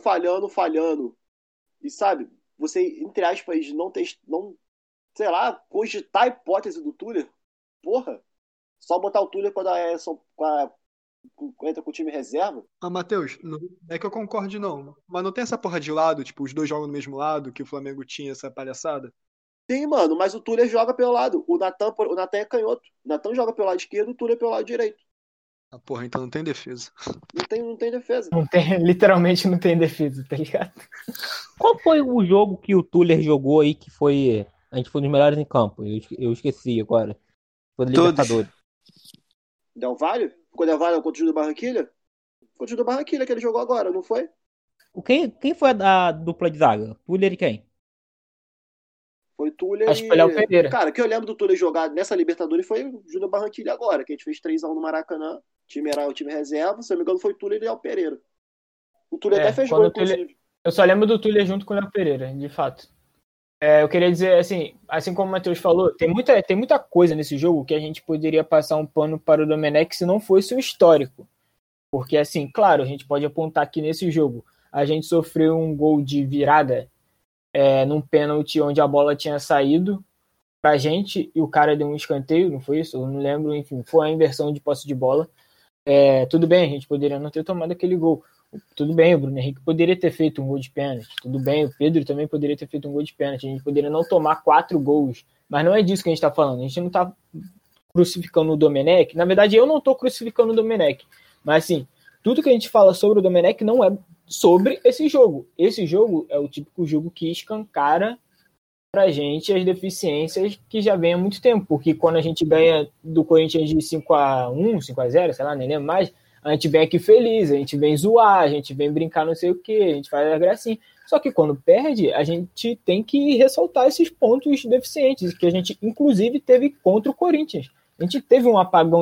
e, sabe, você, entre aspas, sei lá, cogitar a hipótese do Tuller, porra, só botar o Tuller quando entra com o time reserva. Matheus, não é que eu concorde não, mas não tem essa porra de lado, tipo, os 2 jogam no mesmo lado, que o Flamengo tinha essa palhaçada? Tem, mano, mas o Tuller joga pelo lado. O Natan é canhoto. O Natan joga pelo lado esquerdo, o Tuller pelo lado direito. Porra, então não tem defesa. Não tem defesa. Literalmente não tem defesa, tá ligado? Qual foi o jogo que o Tuller jogou aí que foi... A gente foi um dos melhores em campo? Eu esqueci agora. Foi no Libertadores. Del Valle? Ficou Del Valle contra o Júlio Barranquilla? Foi o Júlio Barranquilla que ele jogou agora, não foi? Quem foi a dupla de zaga? Tuller e quem? Foi Tuller Acho que foi Léo Pereira. Cara, o que eu lembro do Tuller jogar nessa Libertadores foi o Júlio Barranquilla agora, que a gente fez 3-1 no Maracanã. O time era o time reserva, se eu não me engano foi Tuller e Léo Pereira. O Tuller até fez gol, inclusive. Eu só lembro do Tuller junto com o Léo Pereira, de fato. Eu queria dizer, assim como o Matheus falou, tem muita coisa nesse jogo que a gente poderia passar um pano para o Domenech se não fosse o histórico. Porque, assim, claro, a gente pode apontar que nesse jogo a gente sofreu um gol de virada num pênalti onde a bola tinha saído pra gente e o cara deu um escanteio, não foi isso? Eu não lembro, enfim, foi a inversão de posse de bola. Tudo bem, a gente poderia não ter tomado aquele gol. Tudo bem, o Bruno Henrique poderia ter feito um gol de pênalti. Tudo bem, o Pedro também poderia ter feito um gol de pênalti. A gente poderia não tomar 4 gols. Mas não é disso que a gente tá falando. A gente não tá crucificando o Domenech. Na verdade, eu não tô crucificando o Domenech. Mas, assim, tudo que a gente fala sobre o Domenech não é sobre esse jogo. Esse jogo é o típico jogo que escancara pra gente as deficiências que já vem há muito tempo, porque quando a gente ganha do Corinthians de 5-1, 5-0, sei lá, nem lembro mais, a gente vem aqui feliz, a gente vem zoar, a gente vem brincar não sei o que, a gente faz a gracinha. Só que quando perde, a gente tem que ressaltar esses pontos deficientes, que a gente inclusive teve contra o Corinthians. A gente teve um apagão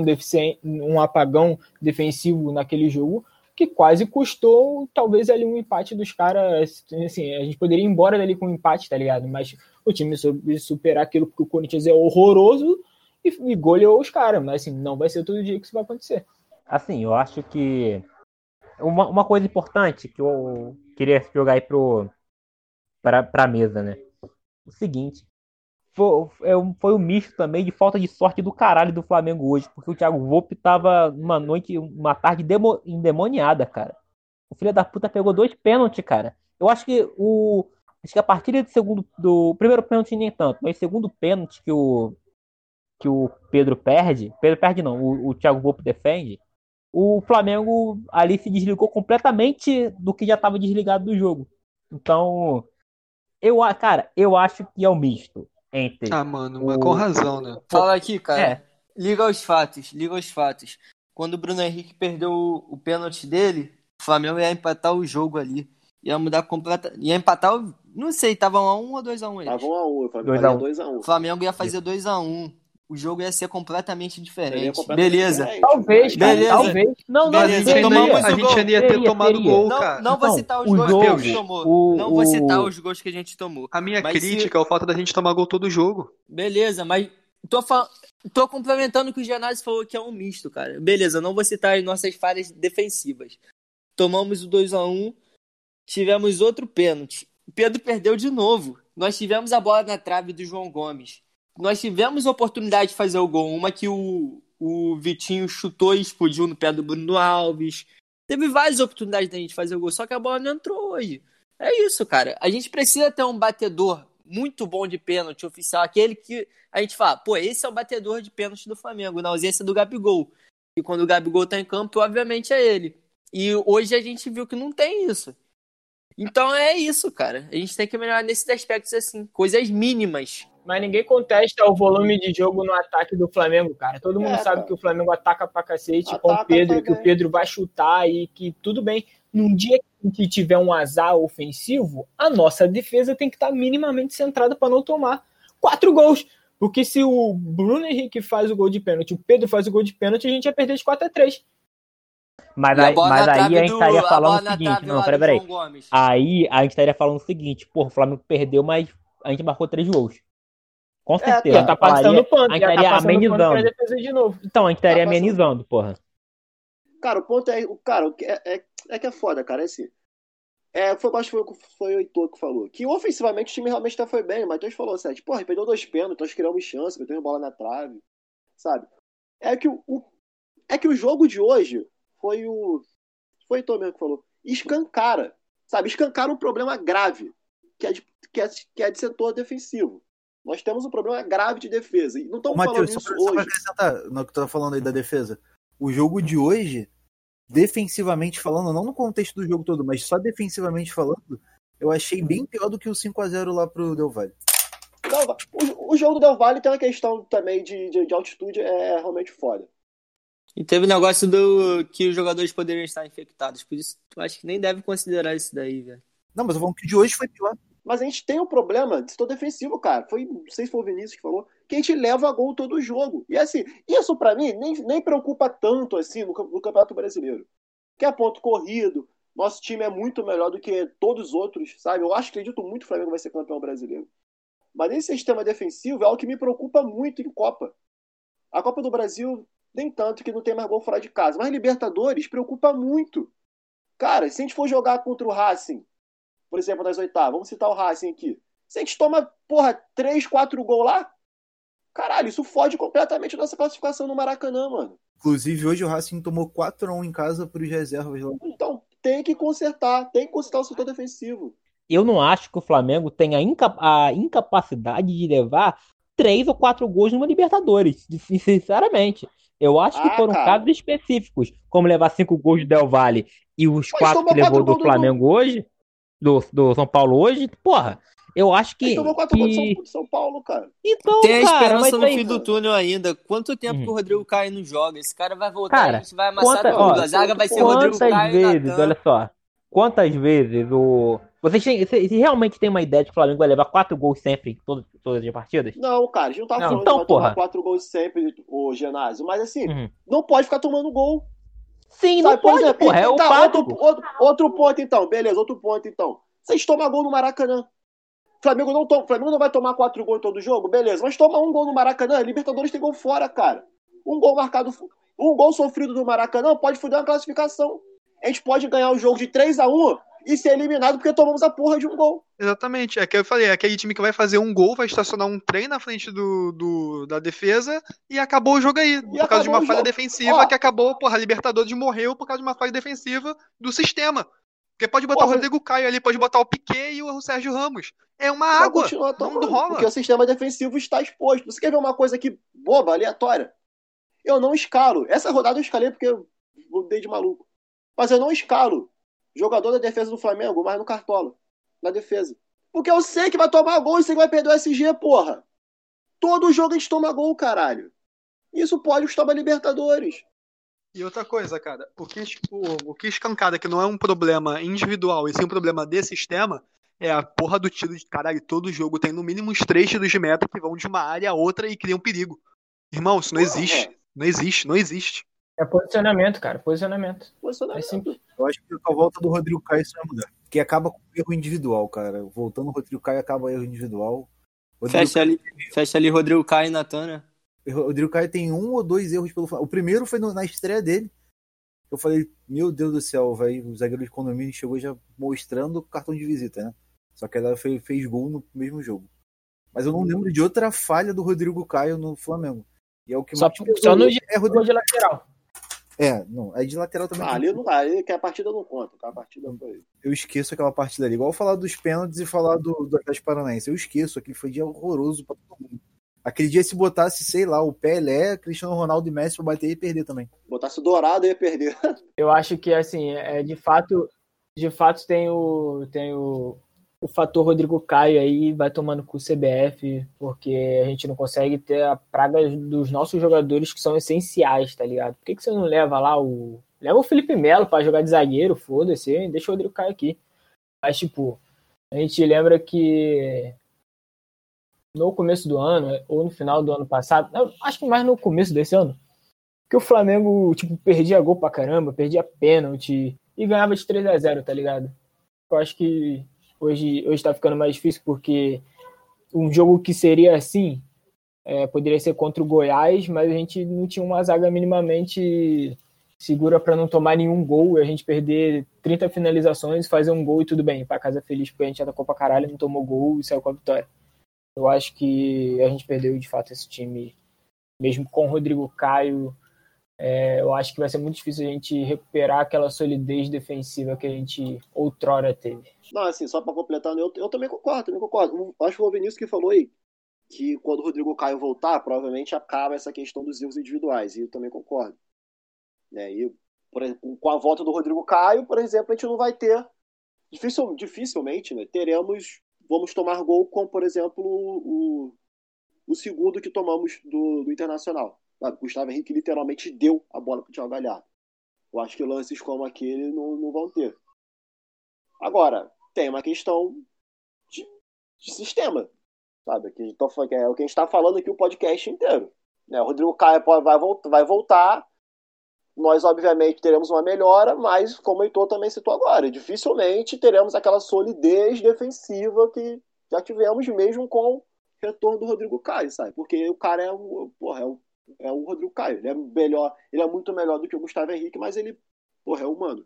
defensivo naquele jogo, que quase custou, talvez, ali um empate dos caras. Assim, a gente poderia ir embora dali com um empate, tá ligado? Mas o time soube superar aquilo, porque o Corinthians é horroroso e goleou os caras. Mas, assim, não vai ser todo dia que isso vai acontecer. Assim, eu acho que uma coisa importante que eu queria jogar aí pra mesa, né? O seguinte, foi um misto também de falta de sorte do caralho do Flamengo hoje, porque o Thiago Volpe tava uma tarde endemoniada, cara. O filho da puta pegou 2 pênaltis, cara. Eu acho que a partir do primeiro pênalti nem tanto, mas o segundo pênalti que o Pedro perde não, o Thiago Volpe defende, o Flamengo ali se desligou completamente do que já estava desligado do jogo. Então, eu acho que é um misto entre... mano, mas com razão, né? Fala aqui, cara. É. Liga aos fatos. Quando o Bruno Henrique perdeu o pênalti dele, o Flamengo ia empatar o jogo ali. Ia mudar completamente. Ia empatar, não sei, tava 1-1 ou 2-1 eles? Tava 1-1, o Flamengo 2-1. O Flamengo ia fazer 2-1. O jogo ia ser completamente diferente. Beleza. Talvez, cara, Beleza. talvez. Não, Beleza, A gente ainda ia ter tomado gol, cara. Não vou citar os gols que a gente tomou. Não vou citar os gols que a gente tomou. A minha crítica é o fato da gente tomar gol todo jogo. Beleza, mas tô complementando o que o Genásio falou, que é um misto, cara. Beleza, não vou citar as nossas falhas defensivas. Tomamos o 2-1, tivemos outro pênalti. O Pedro perdeu de novo. Nós tivemos a bola na trave do João Gomes. Nós tivemos a oportunidade de fazer o gol. Uma que o Vitinho chutou e explodiu no pé do Bruno Alves. Teve várias oportunidades da gente fazer o gol, só que a bola não entrou hoje. É isso, cara. A gente precisa ter um batedor muito bom de pênalti oficial. Aquele que a gente fala, pô, esse é o batedor de pênalti do Flamengo, na ausência do Gabigol. E quando o Gabigol tá em campo, obviamente é ele. E hoje a gente viu que não tem isso. Então é isso, cara. A gente tem que melhorar nesses aspectos assim, coisas mínimas. Mas ninguém contesta o volume de jogo no ataque do Flamengo, cara. Todo mundo sabe cara. que o Flamengo ataca pra cacete com o Pedro, que o Pedro vai chutar e que tudo bem. Num dia que tiver um azar ofensivo, a nossa defesa tem que estar minimamente centrada para não tomar 4 gols. Porque se o Bruno Henrique faz o gol de pênalti, o Pedro faz o gol de pênalti, a gente ia perder de 4-3. Mas aí a gente estaria falando o seguinte, não, peraí. Aí a gente estaria falando o seguinte, porra, o Flamengo perdeu, mas a gente marcou 3 gols. Com certeza. Já tá passando pano, a gente estaria amenizando. Pra defesa de novo. Então, a gente estaria amenizando, porra. Cara, o ponto é, que é foda, cara, é assim. Foi o Heitor que falou. Que ofensivamente o time realmente até foi bem. O Matheus falou assim, porra, perdeu 2 pênaltis, nós criamos chance, meteu uma bola na trave, sabe? É que o jogo de hoje foi o Heitor mesmo que falou. Escancara, sabe? Escancara um problema grave, que é de setor defensivo. Nós temos um problema grave de defesa. E não estamos falando isso hoje. Só pra acrescentar no que tu tá falando aí da defesa. O jogo de hoje, defensivamente falando, não no contexto do jogo todo, mas só defensivamente falando, eu achei bem pior do que o 5-0 lá pro Del Valle. Não, o jogo do Del Valle tem uma questão também de altitude, é realmente foda. E teve o negócio que os jogadores poderiam estar infectados. Por isso, eu acho que nem deve considerar isso daí, velho. Não, mas eu vou falar que o de hoje foi pior. Mas a gente tem um problema de setor defensivo, cara. Não sei se foi o Vinícius que falou, que a gente leva a gol todo o jogo. E assim, isso pra mim nem preocupa tanto assim no Campeonato Brasileiro. Que é ponto corrido, nosso time é muito melhor do que todos os outros, sabe? Eu acredito muito que o Flamengo vai ser campeão brasileiro. Mas nesse sistema defensivo é algo que me preocupa muito em Copa. A Copa do Brasil, nem tanto, que não tem mais gol fora de casa. Mas Libertadores preocupa muito. Cara, se a gente for jogar contra o Racing, por exemplo, nas oitavas, vamos citar o Racing aqui. Se a gente toma, 3, 4 gols lá, caralho, isso fode completamente a nossa classificação no Maracanã, mano. Inclusive, hoje o Racing tomou 4-1 em casa pros reservas lá. Então, tem que consertar o setor defensivo. Eu não acho que o Flamengo tenha a incapacidade de levar 3 ou 4 gols numa Libertadores, sinceramente. Eu acho que foram cara. casos específicos, como levar 5 gols do Del Valle e os Mas 4 tomou que levou 4 do gols Flamengo hoje, do São Paulo hoje, porra, eu acho Ele tomou 4 gols do São Paulo, cara. Então, Tem a cara, mas esperança no aí... fim do túnel ainda. Quanto tempo que o Uhum. Rodrigo Caio não joga? Esse cara vai voltar e a Cara, gente vai amassar tudo. A zaga vai ser Rodrigo quantas Caio e vezes, Natan. olha só, quantas vezes o... Vocês realmente têm uma ideia de que o Flamengo vai levar 4 gols sempre em todas as partidas? Não, cara, a gente não tá Não. falando Então, que vai tomar porra. 4 gols sempre, o Genásio. Mas assim, Uhum. não pode ficar tomando gol. Sim, Sabe, não pode, porra, é o básico. outro ponto então, beleza, outro ponto então. Vocês tomam gol no Maracanã. Flamengo não vai tomar 4 gols em todo jogo, beleza. Mas toma um gol no Maracanã, Libertadores tem gol fora, cara. Um gol sofrido no Maracanã pode fuder uma classificação. A gente pode ganhar o jogo de 3-1 e ser eliminado porque tomamos a porra de um gol. Exatamente, é que eu falei, é aquele time que vai fazer um gol, vai estacionar um trem na frente da defesa e acabou o jogo aí, por causa de uma falha defensiva que acabou, porra, a Libertadores morreu por causa de uma falha defensiva do sistema. Porque pode botar o Rodrigo Caio ali, pode botar o Piquet e o Sérgio Ramos. É uma água, não rola. Porque o sistema defensivo está exposto. Você quer ver uma coisa aqui boba, aleatória? Eu não escalo. Essa rodada eu escalei porque eu dei de maluco. Mas eu não escalo jogador da defesa do Flamengo, mas no Cartola. Na defesa. Porque eu sei que vai tomar gol e sei que vai perder o SG, porra. Todo jogo a gente toma gol, caralho. Isso pode custar uma Libertadores. E outra coisa, cara, o que escancada que não é um problema individual e sim um problema de sistema é a porra do tiro de caralho. Todo jogo tem no mínimo uns 3 tiros de meta que vão de uma área a outra e criam perigo. Irmão, isso não existe. Não existe, não existe. É posicionamento, cara. Posicionamento. É simples. Eu acho que com a volta do Rodrigo Caio isso vai mudar. Que acaba com o erro individual, cara. Voltando o Rodrigo Caio acaba o erro individual. Fecha ali Rodrigo Caio e Natan, né? O Rodrigo Caio tem 1 ou 2 erros pelo Flamengo. O primeiro foi na estreia dele. Eu falei, meu Deus do céu, velho. O zagueiro de condomínio chegou já mostrando o cartão de visita, né? Só que ela fez gol no mesmo jogo. Mas eu não lembro de outra falha do Rodrigo Caio no Flamengo. E é o que Só no de lateral. Não. Aí de lateral também. Ali não vai, que a partida não conta. A partida foi. Eu esqueço aquela partida ali. Igual falar dos pênaltis e falar do Atlético Paranaense. Eu esqueço. Aquele foi dia horroroso pra todo mundo. Aquele dia se botasse, sei lá, o Pelé, Cristiano Ronaldo e Messi pra bater e perder também. Botasse o Dourado e ia perder. Eu acho que, assim, de fato tem o fator Rodrigo Caio aí, vai tomando com o CBF, porque a gente não consegue ter a praga dos nossos jogadores que são essenciais, tá ligado? Por que você não leva lá Leva o Felipe Melo pra jogar de zagueiro, foda-se, deixa o Rodrigo Caio aqui. Mas, tipo, a gente lembra que no começo do ano, ou no final do ano passado, acho que mais no começo desse ano, que o Flamengo, tipo, perdia gol pra caramba, perdia pênalti e ganhava de 3-0, tá ligado? Eu acho que hoje tá ficando mais difícil, porque um jogo que seria assim, poderia ser contra o Goiás, mas a gente não tinha uma zaga minimamente segura pra não tomar nenhum gol e a gente perder 30 finalizações, fazer um gol e tudo bem, pra casa feliz, porque a gente atacou pra caralho, não tomou gol e saiu com a vitória. Eu acho que a gente perdeu, de fato, esse time, mesmo com o Rodrigo Caio. Eu acho que vai ser muito difícil a gente recuperar aquela solidez defensiva que a gente outrora teve. Não, assim, só pra completar, eu também concordo. Acho que foi o Vinícius que falou aí que quando o Rodrigo Caio voltar, provavelmente acaba essa questão dos erros individuais, e eu também concordo. E, por exemplo, com a volta do Rodrigo Caio, por exemplo, a gente não vai ter, dificilmente, né, vamos tomar gol com, por exemplo, o segundo que tomamos do Internacional. O Gustavo Henrique literalmente deu a bola para o Thiago Galhardo. Eu acho que lances como aquele não vão ter. Agora, tem uma questão de sistema, sabe? É o que a gente está falando aqui o podcast inteiro. O Rodrigo Caio vai voltar. Nós, obviamente, teremos uma melhora, mas, como o Heitor também citou agora, dificilmente teremos aquela solidez defensiva que já tivemos mesmo com o retorno do Rodrigo Caio, sabe? Porque o cara é o Rodrigo Caio. Ele é muito melhor do que o Gustavo Henrique, mas ele, é humano.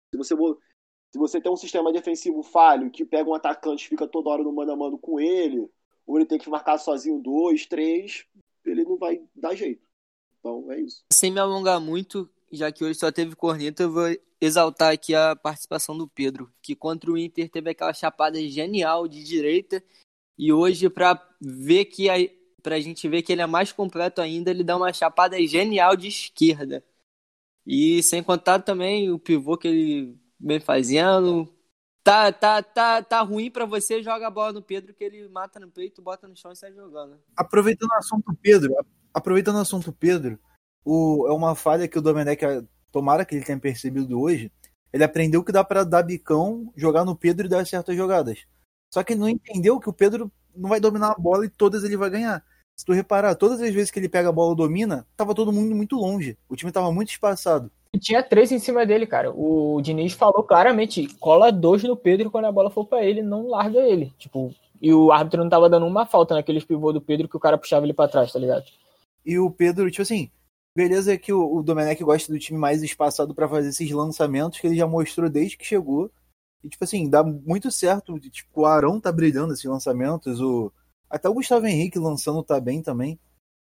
Se você tem um sistema defensivo falho, que pega um atacante e fica toda hora no mano a mano com ele, ou ele tem que marcar sozinho 2, 3, ele não vai dar jeito. Então, é isso. Sem me alongar muito, já que hoje só teve corneta, eu vou exaltar aqui a participação do Pedro, que contra o Inter teve aquela chapada genial de direita, e hoje, para ver que pra gente ver que ele é mais completo ainda, ele dá uma chapada genial de esquerda. E sem contar também o pivô que ele vem fazendo. Tá ruim pra você, joga a bola no Pedro, que ele mata no peito, bota no chão e sai jogando. Aproveitando o assunto Pedro, é uma falha que o Domenech, tomara que ele tenha percebido hoje, ele aprendeu que dá pra dar bicão, jogar no Pedro e dar certas jogadas. Só que ele não entendeu que o Pedro não vai dominar a bola e todas ele vai ganhar. Se tu reparar, todas as vezes que ele pega a bola e domina, tava todo mundo muito longe. O time tava muito espaçado. E tinha 3 em cima dele, cara. O Diniz falou claramente, cola 2 no Pedro quando a bola for pra ele, não larga ele. Tipo, e o árbitro não tava dando uma falta naqueles pivô do Pedro que o cara puxava ele pra trás, tá ligado? E o Pedro, tipo assim, beleza que o Domenech gosta do time mais espaçado pra fazer esses lançamentos que ele já mostrou desde que chegou. E, tipo assim, dá muito certo. Tipo, o Arão tá brilhando esses lançamentos. Até o Gustavo Henrique lançando tá bem também.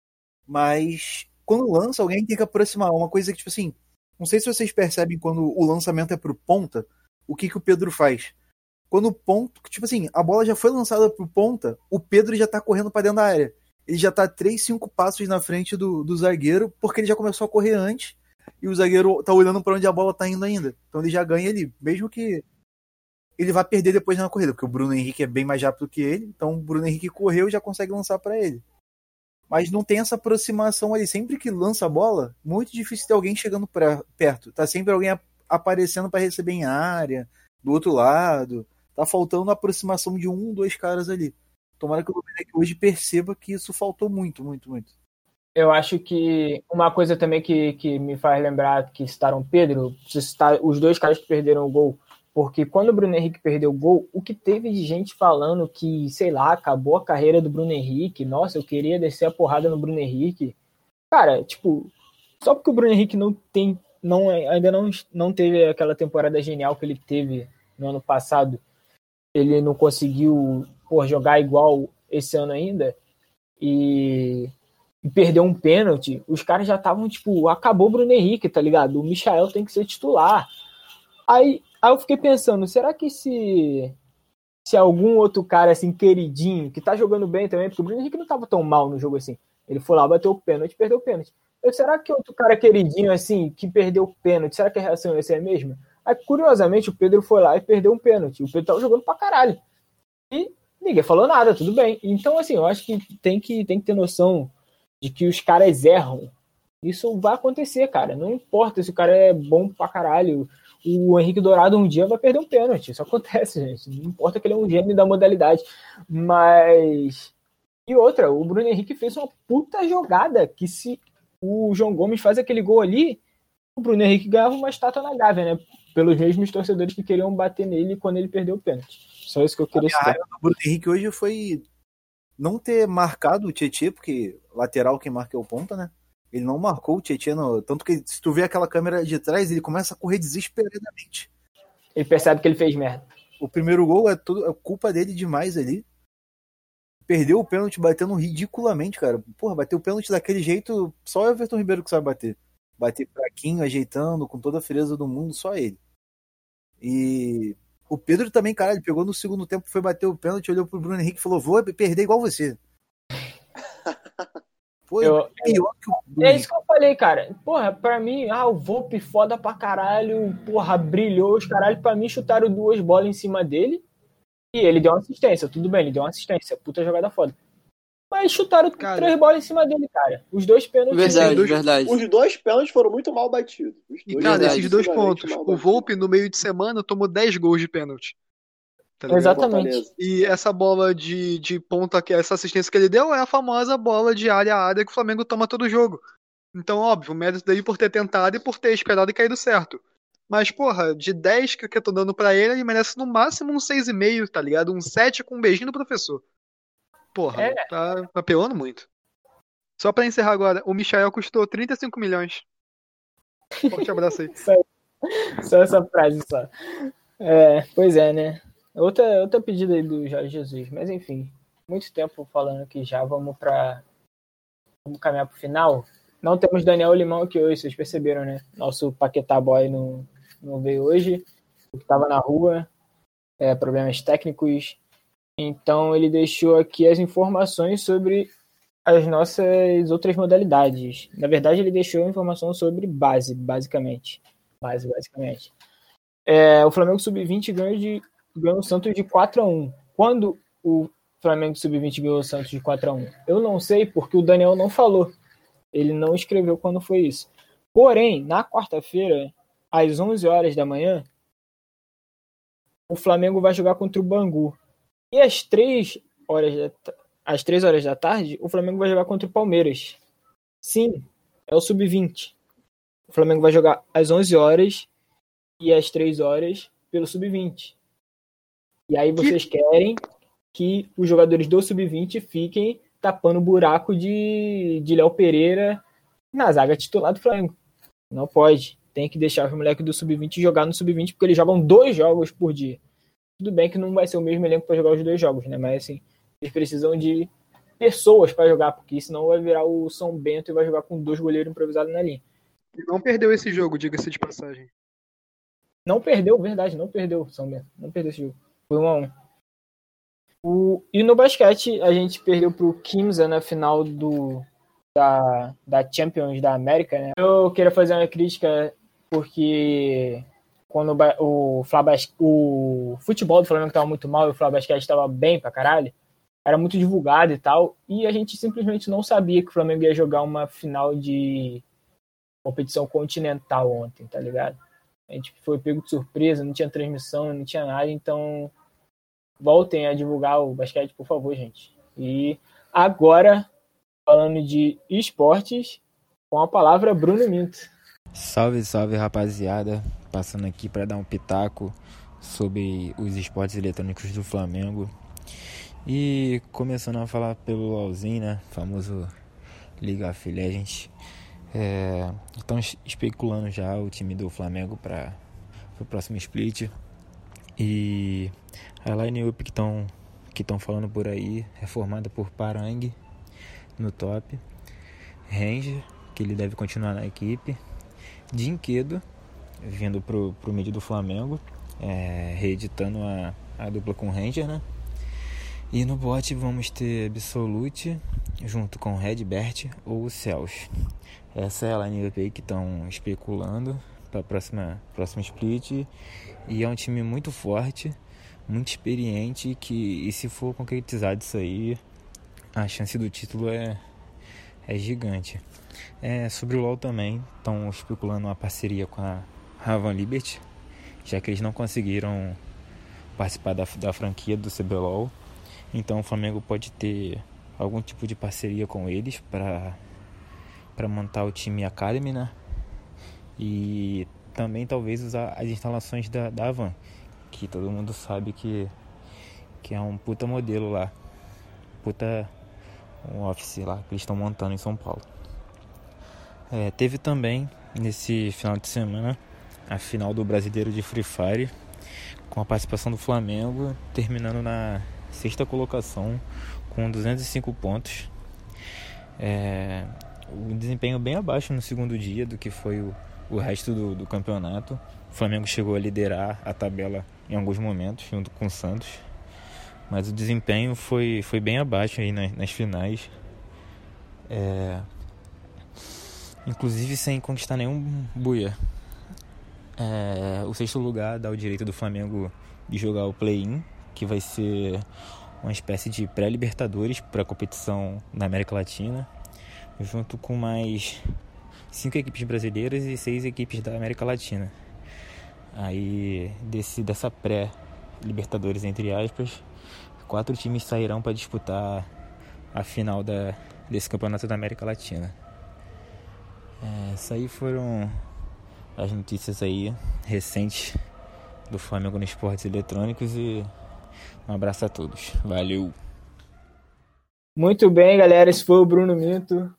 Mas quando lança, alguém tem que aproximar. Uma coisa que, tipo assim, não sei se vocês percebem quando o lançamento é pro ponta, o que o Pedro faz. Quando o ponto, tipo assim, a bola já foi lançada pro ponta, o Pedro já tá correndo pra dentro da área. Ele já tá 3, 5 passos na frente do zagueiro, porque ele já começou a correr antes, e o zagueiro tá olhando pra onde a bola tá indo ainda. Então ele já ganha ali, mesmo que ele vai perder depois na corrida, porque o Bruno Henrique é bem mais rápido que ele, então o Bruno Henrique correu e já consegue lançar pra ele. Mas não tem essa aproximação ali. Sempre que lança a bola, muito difícil ter alguém chegando perto. Tá sempre alguém aparecendo para receber em área, do outro lado. Tá faltando a aproximação de 1, 2 caras ali. Tomara que o Domenech hoje perceba que isso faltou muito, muito, muito. Eu acho que uma coisa também que me faz lembrar que citaram Pedro, citar os 2 caras que perderam o gol, porque quando o Bruno Henrique perdeu o gol, o que teve de gente falando que, sei lá, acabou a carreira do Bruno Henrique, nossa, eu queria descer a porrada no Bruno Henrique. Cara, tipo, só porque o Bruno Henrique ainda não teve aquela temporada genial que ele teve no ano passado, ele não conseguiu jogar igual esse ano ainda, e perdeu um pênalti, os caras já estavam, tipo, acabou o Bruno Henrique, tá ligado? O Michael tem que ser titular. Aí eu fiquei pensando, será que se algum outro cara, assim, queridinho, que tá jogando bem também, porque o Bruno Henrique não tava tão mal no jogo assim, ele foi lá, bateu o pênalti, perdeu o pênalti. Será que outro cara queridinho, assim, que perdeu o pênalti, será que a reação ia ser a mesma? Aí, curiosamente, o Pedro foi lá e perdeu um pênalti. O Pedro tava jogando pra caralho. E ninguém falou nada, tudo bem. Então, assim, eu acho que tem que ter noção de que os caras erram. Isso vai acontecer, cara. Não importa se o cara é bom pra caralho. O Henrique Dourado um dia vai perder um pênalti. Isso acontece, gente. Não importa que ele é um gênio da modalidade. Mas... E outra, o Bruno Henrique fez uma puta jogada que se o João Gomes faz aquele gol ali, o Bruno Henrique ganhava uma estátua na Gávea, né? Pelos mesmos torcedores que queriam bater nele quando ele perdeu o pênalti. Só isso que eu queria citar. A raiva do Bruno Henrique hoje foi não ter marcado o Tietê, porque lateral quem marca é o ponta, né? Ele não marcou o Tietê, tanto que se tu vê aquela câmera de trás, ele começa a correr desesperadamente. Ele percebe que ele fez merda. O primeiro gol é culpa dele demais ali. Perdeu o pênalti batendo ridiculamente, cara. Porra, bateu o pênalti daquele jeito, só o Everton Ribeiro que sabe bater. Bater fraquinho, ajeitando, com toda a frieza do mundo, só ele. E o Pedro também, caralho, ele pegou no segundo tempo, foi bater o pênalti, olhou pro Bruno Henrique e falou, vou perder igual você. Pô, pior que o é isso que eu falei, cara. Porra, pra mim, o Volpe foda pra caralho, porra, brilhou os caralho. Pra mim, chutaram 2 bolas em cima dele e ele deu uma assistência. Tudo bem, ele deu uma assistência. Puta jogada foda. Mas chutaram 3 bolas em cima dele, cara. Os 2 pênaltis. Verdade. Os 2 pênaltis foram muito mal batidos. E, cara, esses 2 pontos. O Volpe, no meio de semana, tomou 10 gols de pênalti. Tá exatamente. E essa bola de ponta, essa assistência que ele deu, é a famosa bola de área a área que o Flamengo toma todo jogo. Então, óbvio, o mérito dele por ter tentado e por ter esperado e caído certo. Mas, porra, de 10 que eu tô dando pra ele merece no máximo um 6,5, tá ligado? Um 7 com um beijinho do professor. Porra, tá apelando muito. Só pra encerrar agora, o Michael custou 35 milhões. Forte abraço aí. Só essa frase, só. Pois é, né? Outra pedida aí do Jorge Jesus. Mas, enfim, muito tempo falando aqui já. Vamos caminhar pro final. Não temos Daniel Limão aqui hoje, vocês perceberam, né? Nosso Paquetá Boy não veio hoje. Estava na rua. Problemas técnicos. Então, ele deixou aqui as informações sobre as nossas outras modalidades. Na verdade, ele deixou informação sobre base, basicamente. Basicamente. O Flamengo Sub-20 ganhou o Santos de 4-1. Quando o Flamengo Sub-20 ganhou o Santos de 4-1? Eu não sei, porque o Daniel não falou. Ele não escreveu quando foi isso. Porém, na quarta-feira, às 11 horas da manhã, o Flamengo vai jogar contra o Bangu. E às 3 horas da tarde, o Flamengo vai jogar contra o Palmeiras. Sim, é o Sub-20. O Flamengo vai jogar às 11 horas e às 3 horas pelo Sub-20. E aí vocês querem que os jogadores do Sub-20 fiquem tapando o buraco de Léo Pereira na zaga titular do Flamengo. Não pode. Tem que deixar os moleques do Sub-20 jogar no Sub-20, porque eles jogam 2 jogos por dia. Tudo bem que não vai ser o mesmo elenco para jogar os 2 jogos, né? Mas assim, eles precisam de pessoas para jogar, porque senão vai virar o São Bento e vai jogar com 2 goleiros improvisados na linha. E não perdeu esse jogo, diga-se de passagem. Não perdeu, verdade, não perdeu São Bento. Não perdeu esse jogo. Foi 1-1. E no basquete, a gente perdeu pro Kimsa na final da Champions da América, né? Eu queria fazer uma crítica porque quando o futebol do Flamengo estava muito mal e o Flamengo Basquete estava bem pra caralho, era muito divulgado e tal, e a gente simplesmente não sabia que o Flamengo ia jogar uma final de competição continental ontem, tá ligado? A gente foi pego de surpresa, não tinha transmissão, não tinha nada, então voltem a divulgar o basquete, por favor, gente. E agora, falando de esportes, com a palavra Bruno Minto. Salve, salve, rapaziada. Passando aqui para dar um pitaco sobre os esportes eletrônicos do Flamengo. E começando a falar pelo LoLzinho, né? Famoso League of Legends. Estão especulando já o time do Flamengo para o próximo split. E a line-up que estão falando por aí é formada por Parangue no top, Ranger, que ele deve continuar na equipe, Dinquedo, vindo pro mid do Flamengo, reeditando a dupla com Ranger, né? E no bot vamos ter Absolute junto com Redbert ou Celso. Essa é a line-up aí que estão especulando para próxima split. E é um time muito forte, muito experiente, e se for concretizado isso aí, a chance do título é gigante. Sobre o LoL também, estão especulando uma parceria com a Raven Liberty, já que eles não conseguiram participar da franquia do CBLOL. Então o Flamengo pode ter algum tipo de parceria com eles para montar o time Academy, né? E também talvez usar as instalações da Avan, que todo mundo sabe que é um puta modelo lá, um office lá que eles estão montando em São Paulo. Teve também nesse final de semana a final do Brasileiro de Free Fire, com a participação do Flamengo, terminando na 6ª colocação com 205 pontos. Um desempenho bem abaixo no segundo dia do que foi o resto do campeonato. O Flamengo chegou a liderar a tabela em alguns momentos, junto com o Santos, mas o desempenho foi bem abaixo aí nas finais, inclusive sem conquistar nenhum buia. O 6º lugar dá o direito do Flamengo de jogar o play-in, que vai ser uma espécie de pré-libertadores para a competição na América Latina, junto com mais 5 equipes brasileiras e 6 equipes da América Latina. Aí dessa pré-libertadores, entre aspas, 4 times sairão para disputar a final desse campeonato da América Latina. Essas aí foram as notícias aí recentes do Flamengo nos esportes eletrônicos, e um abraço a todos. Valeu! Muito bem, galera, esse foi o Bruno Minto.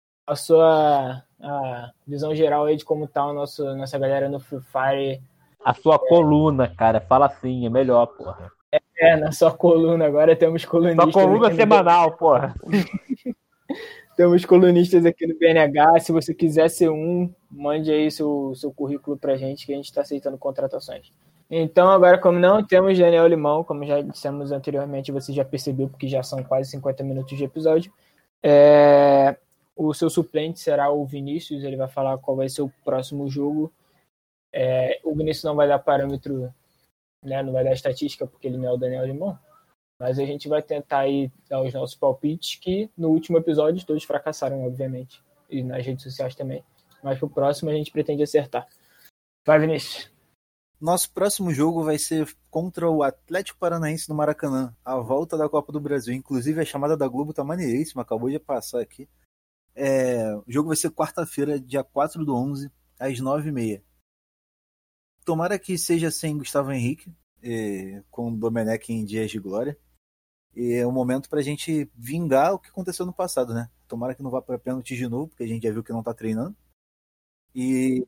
A visão geral aí de como tá nossa galera no Free Fire. A sua coluna, cara, fala assim, é melhor, porra. Na sua coluna, agora temos colunistas. Sua coluna semanal, porra. Temos colunistas aqui no BNH. Se você quiser ser mande aí seu currículo pra gente, que a gente tá aceitando contratações. Então, agora, como não temos Daniel Limão, como já dissemos anteriormente, você já percebeu, porque já são quase 50 minutos de episódio. O seu suplente será o Vinícius, ele vai falar qual vai ser o próximo jogo. O Vinícius não vai dar parâmetro, né, não vai dar estatística, porque ele não é o Daniel Limão, mas a gente vai tentar aí dar os nossos palpites, que no último episódio todos fracassaram, obviamente, e nas redes sociais também, mas pro próximo a gente pretende acertar. Vai, Vinícius. Nosso próximo jogo vai ser contra o Atlético Paranaense no Maracanã, a volta da Copa do Brasil. Inclusive a chamada da Globo tá maneiríssima, acabou de passar aqui. O jogo vai ser quarta-feira, dia 4/11, às 9h30. Tomara que seja sem Gustavo Henrique, com o Domenech em dias de glória. E é um momento pra gente vingar o que aconteceu no passado, né? Tomara que não vá pra pênalti de novo, porque a gente já viu que não tá treinando. E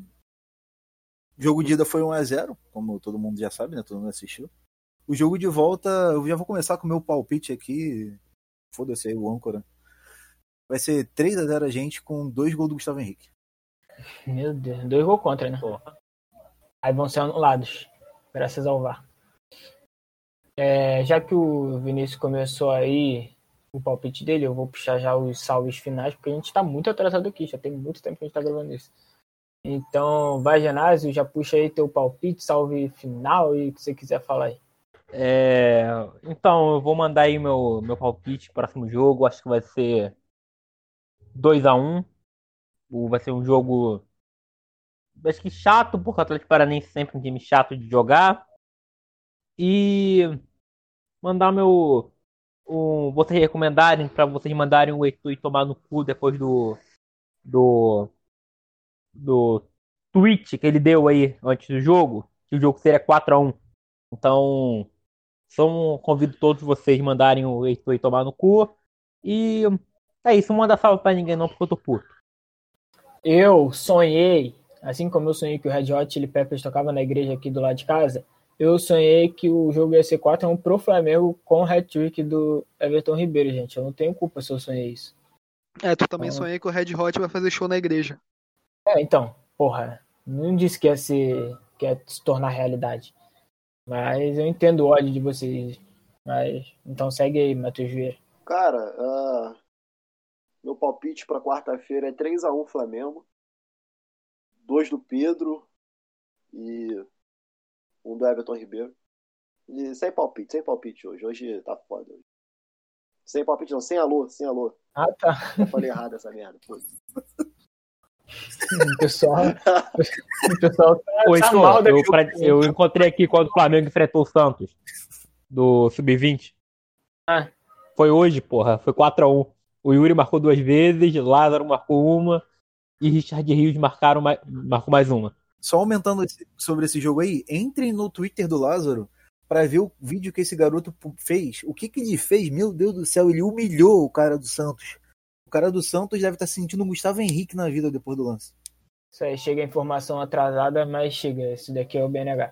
o jogo de ida foi 1-0, como todo mundo já sabe, né? Todo mundo assistiu. O jogo de volta, eu já vou começar com o meu palpite aqui. Foda-se aí o âncora. Vai ser 3-0 a gente, com 2 gols do Gustavo Henrique. Meu Deus, 2 gols contra, né? Porra. Aí vão ser anulados, graças ao VAR. Já que o Vinícius começou aí o palpite dele, eu vou puxar já os salves finais, porque a gente tá muito atrasado aqui, já tem muito tempo que a gente tá gravando isso. Então, vai, Genásio, já puxa aí teu palpite, salve final e o que você quiser falar aí. Então, eu vou mandar aí meu palpite pro próximo jogo, acho que vai ser 2-1. Vai ser um jogo, acho que chato, porque o Atlético Paranaense é sempre um time chato de jogar. E mandar vocês recomendarem, para vocês mandarem o Heitor tomar no cu depois do tweet que ele deu aí antes do jogo, que o jogo seria 4-1. Então, convido todos vocês mandarem o Heitor tomar no cu. E é isso, não manda salve pra ninguém não, porque eu tô puto. Eu sonhei, assim como eu sonhei que o Red Hot Chili Peppers tocava na igreja aqui do lado de casa, eu sonhei que o jogo ia ser 4-1 pro Flamengo com o hat-trick do Everton Ribeiro, gente. Eu não tenho culpa se eu sonhei isso. Tu também sonhei que o Red Hot vai fazer show na igreja. Então, porra, não disse que ia se tornar realidade. Mas eu entendo o ódio de vocês. Mas, então segue aí, Matheus Vieira. Cara, meu palpite pra quarta-feira é 3-1 Flamengo. 2 do Pedro e 1 do Everton Ribeiro. E sem palpite hoje. Hoje tá foda. Sem palpite não, sem alô. Ah, tá. Eu falei errado essa merda. O pessoal tá mal da eu encontrei aqui quando o Flamengo enfrentou o Santos do Sub-20. Foi hoje, porra. Foi 4-1. O Yuri marcou 2 vezes, Lázaro marcou uma e Richard Rios marcou mais uma. Só aumentando sobre esse jogo aí, entrem no Twitter do Lázaro pra ver o vídeo que esse garoto fez. O que ele fez? Meu Deus do céu, ele humilhou o cara do Santos. O cara do Santos deve estar sentindo o Gustavo Henrique na vida depois do lance. Isso aí, chega a informação atrasada, mas chega. Esse daqui é o BNH.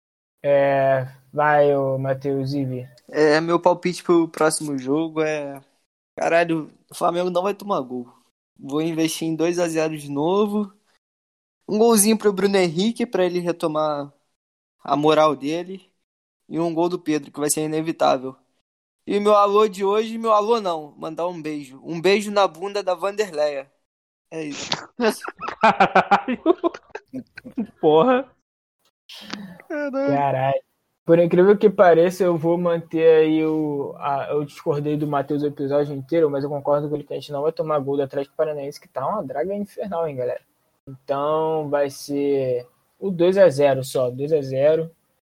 Vai, o Matheus Ivi. Meu palpite pro próximo jogo é... Caralho, o Flamengo não vai tomar gol. Vou investir em 2-0 de novo. Um golzinho pro Bruno Henrique pra ele retomar a moral dele. E um gol do Pedro, que vai ser inevitável. E meu alô de hoje, meu alô não, mandar um beijo. Um beijo na bunda da Vanderleia. É isso. Caralho. Porra. Caralho. Por incrível que pareça, eu vou manter aí eu discordei do Matheus o episódio inteiro, mas eu concordo com ele que a gente não vai tomar gol do Atlético Paranaense, que tá uma draga infernal, hein, galera. Então vai ser o 2-0 só, 2-0.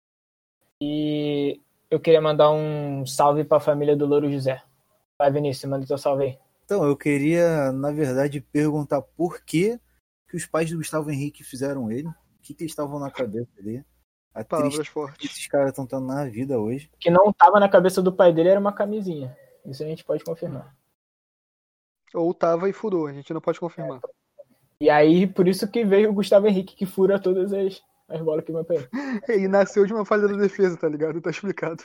E eu queria mandar um salve pra família do Louro José. Vai, Vinícius, manda teu salve aí. Então, eu queria, na verdade, perguntar por que os pais do Gustavo Henrique fizeram ele. O que eles estavam na cabeça dele. Palavras fortes. Que esses caras estão tendo na vida hoje. O que não tava na cabeça do pai dele era uma camisinha. Isso a gente pode confirmar. Ou tava e furou, a gente não pode confirmar. E aí, por isso que veio o Gustavo Henrique, que fura todas as bolas que vão pra ele. E nasceu de uma falha da defesa, tá ligado? Tá explicado.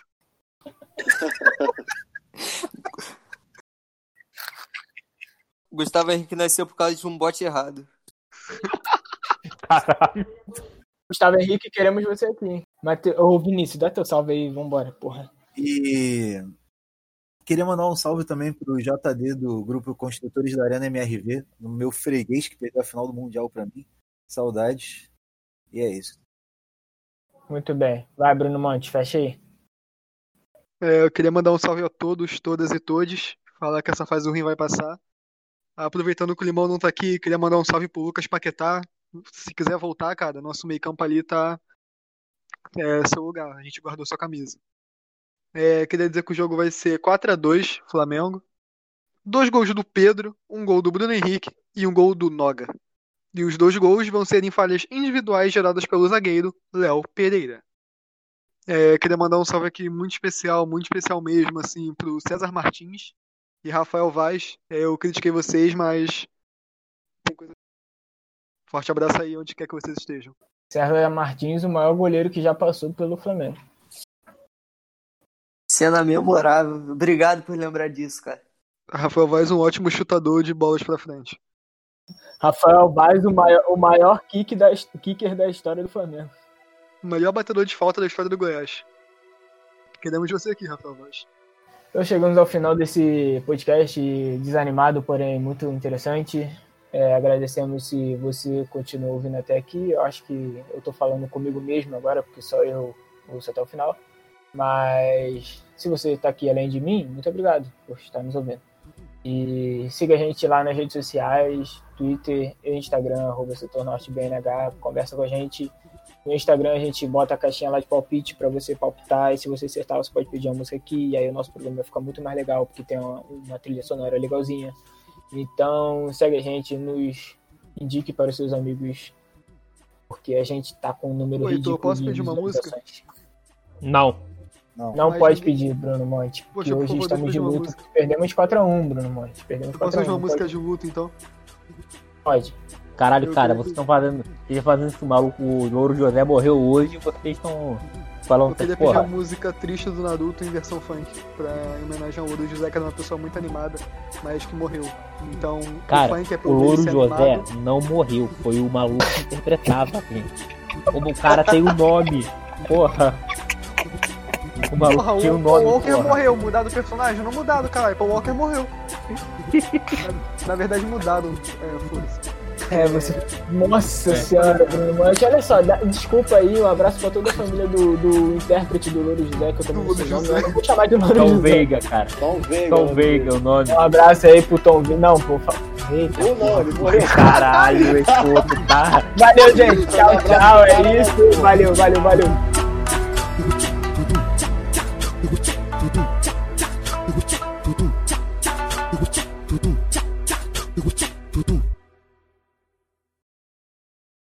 Gustavo Henrique nasceu por causa de um bote errado. Caralho. Gustavo Henrique, queremos você aqui. Ô, Vinícius, dá teu salve aí, vambora, porra. E Queria mandar um salve também pro JD do Grupo Construtores da Arena MRV, no meu freguês que perdeu a final do Mundial pra mim. Saudades. E é isso. Muito bem. Vai, Bruno Monte, fecha aí. Eu queria mandar um salve a todos, todas e todes. Falar que essa fase ruim vai passar. Aproveitando que o Limão não tá aqui, queria mandar um salve pro Lucas Paquetá. Se quiser voltar, cara, nosso meio campo ali tá seu lugar. A gente guardou sua camisa. Queria dizer que o jogo vai ser 4-2 Flamengo. 2 gols do Pedro, 1 gol do Bruno Henrique e 1 gol do Noga. E os 2 gols vão ser em falhas individuais geradas pelo zagueiro Léo Pereira. Queria mandar um salve aqui muito especial mesmo, assim, pro César Martins e Rafael Vaz. Eu critiquei vocês, mas tem coisa. Forte abraço aí onde quer que vocês estejam. César Martins, o maior goleiro que já passou pelo Flamengo. Cena memorável. Obrigado por lembrar disso, cara. Rafael Vaz, um ótimo chutador de bolas pra frente. Rafael Vaz, o maior kicker da história do Flamengo. O melhor batedor de falta da história do Goiás. Queremos você aqui, Rafael Vaz. Então chegamos ao final desse podcast desanimado, porém muito interessante. Agradecemos se você continuou ouvindo até aqui. Eu acho que eu tô falando comigo mesmo agora, porque só eu ouço até o final. Mas se você está aqui além de mim, muito obrigado por estar nos ouvindo. E siga a gente lá nas redes sociais, Twitter e Instagram, @setornortebnh, conversa com a gente. No Instagram a gente bota a caixinha lá de palpite para você palpitar, e se você acertar você pode pedir uma música aqui, e aí o nosso programa vai ficar muito mais legal, porque tem uma trilha sonora legalzinha. Então segue a gente, nos indique para os seus amigos, porque a gente tá com um número ridículo. Posso pedir uma música? Não pode pedir, Bruno Monte, porque hoje estamos de luto. Perdemos 4-1, Bruno Monte. Perdemos 4-1. Posso pedir uma música de luto, então? Pode. Caralho, cara, vocês estão fazendo isso maluco. O Louro José morreu hoje e vocês estão falando essas porra. Eu queria pedir a música triste do Naruto em versão funk, pra homenagem ao Louro José, que era uma pessoa muito animada, mas que morreu. Então, cara, o funk é pra o Louro José animado. Não morreu, foi o maluco que interpretava, gente. Como o cara tem o nome, porra. O maluco tinha o nome. Paul Walker morreu, mudado o personagem? Não mudado, caralho. Paul Walker morreu. na verdade, mudado. Foda-se. Você... Nossa senhora, Bruno Monte. Olha só, desculpa aí, um abraço pra toda a família do intérprete do Louro José, que eu também não sei o nome. Eu não vou chamar de Louro José. Tom Veiga, cara. Tom Veiga, o nome. Um abraço aí pro Tom Veiga. Não, pô. Eita. Ele morreu. Caralho, esse outro, tá? Valeu, gente. Tchau. É isso. Valeu.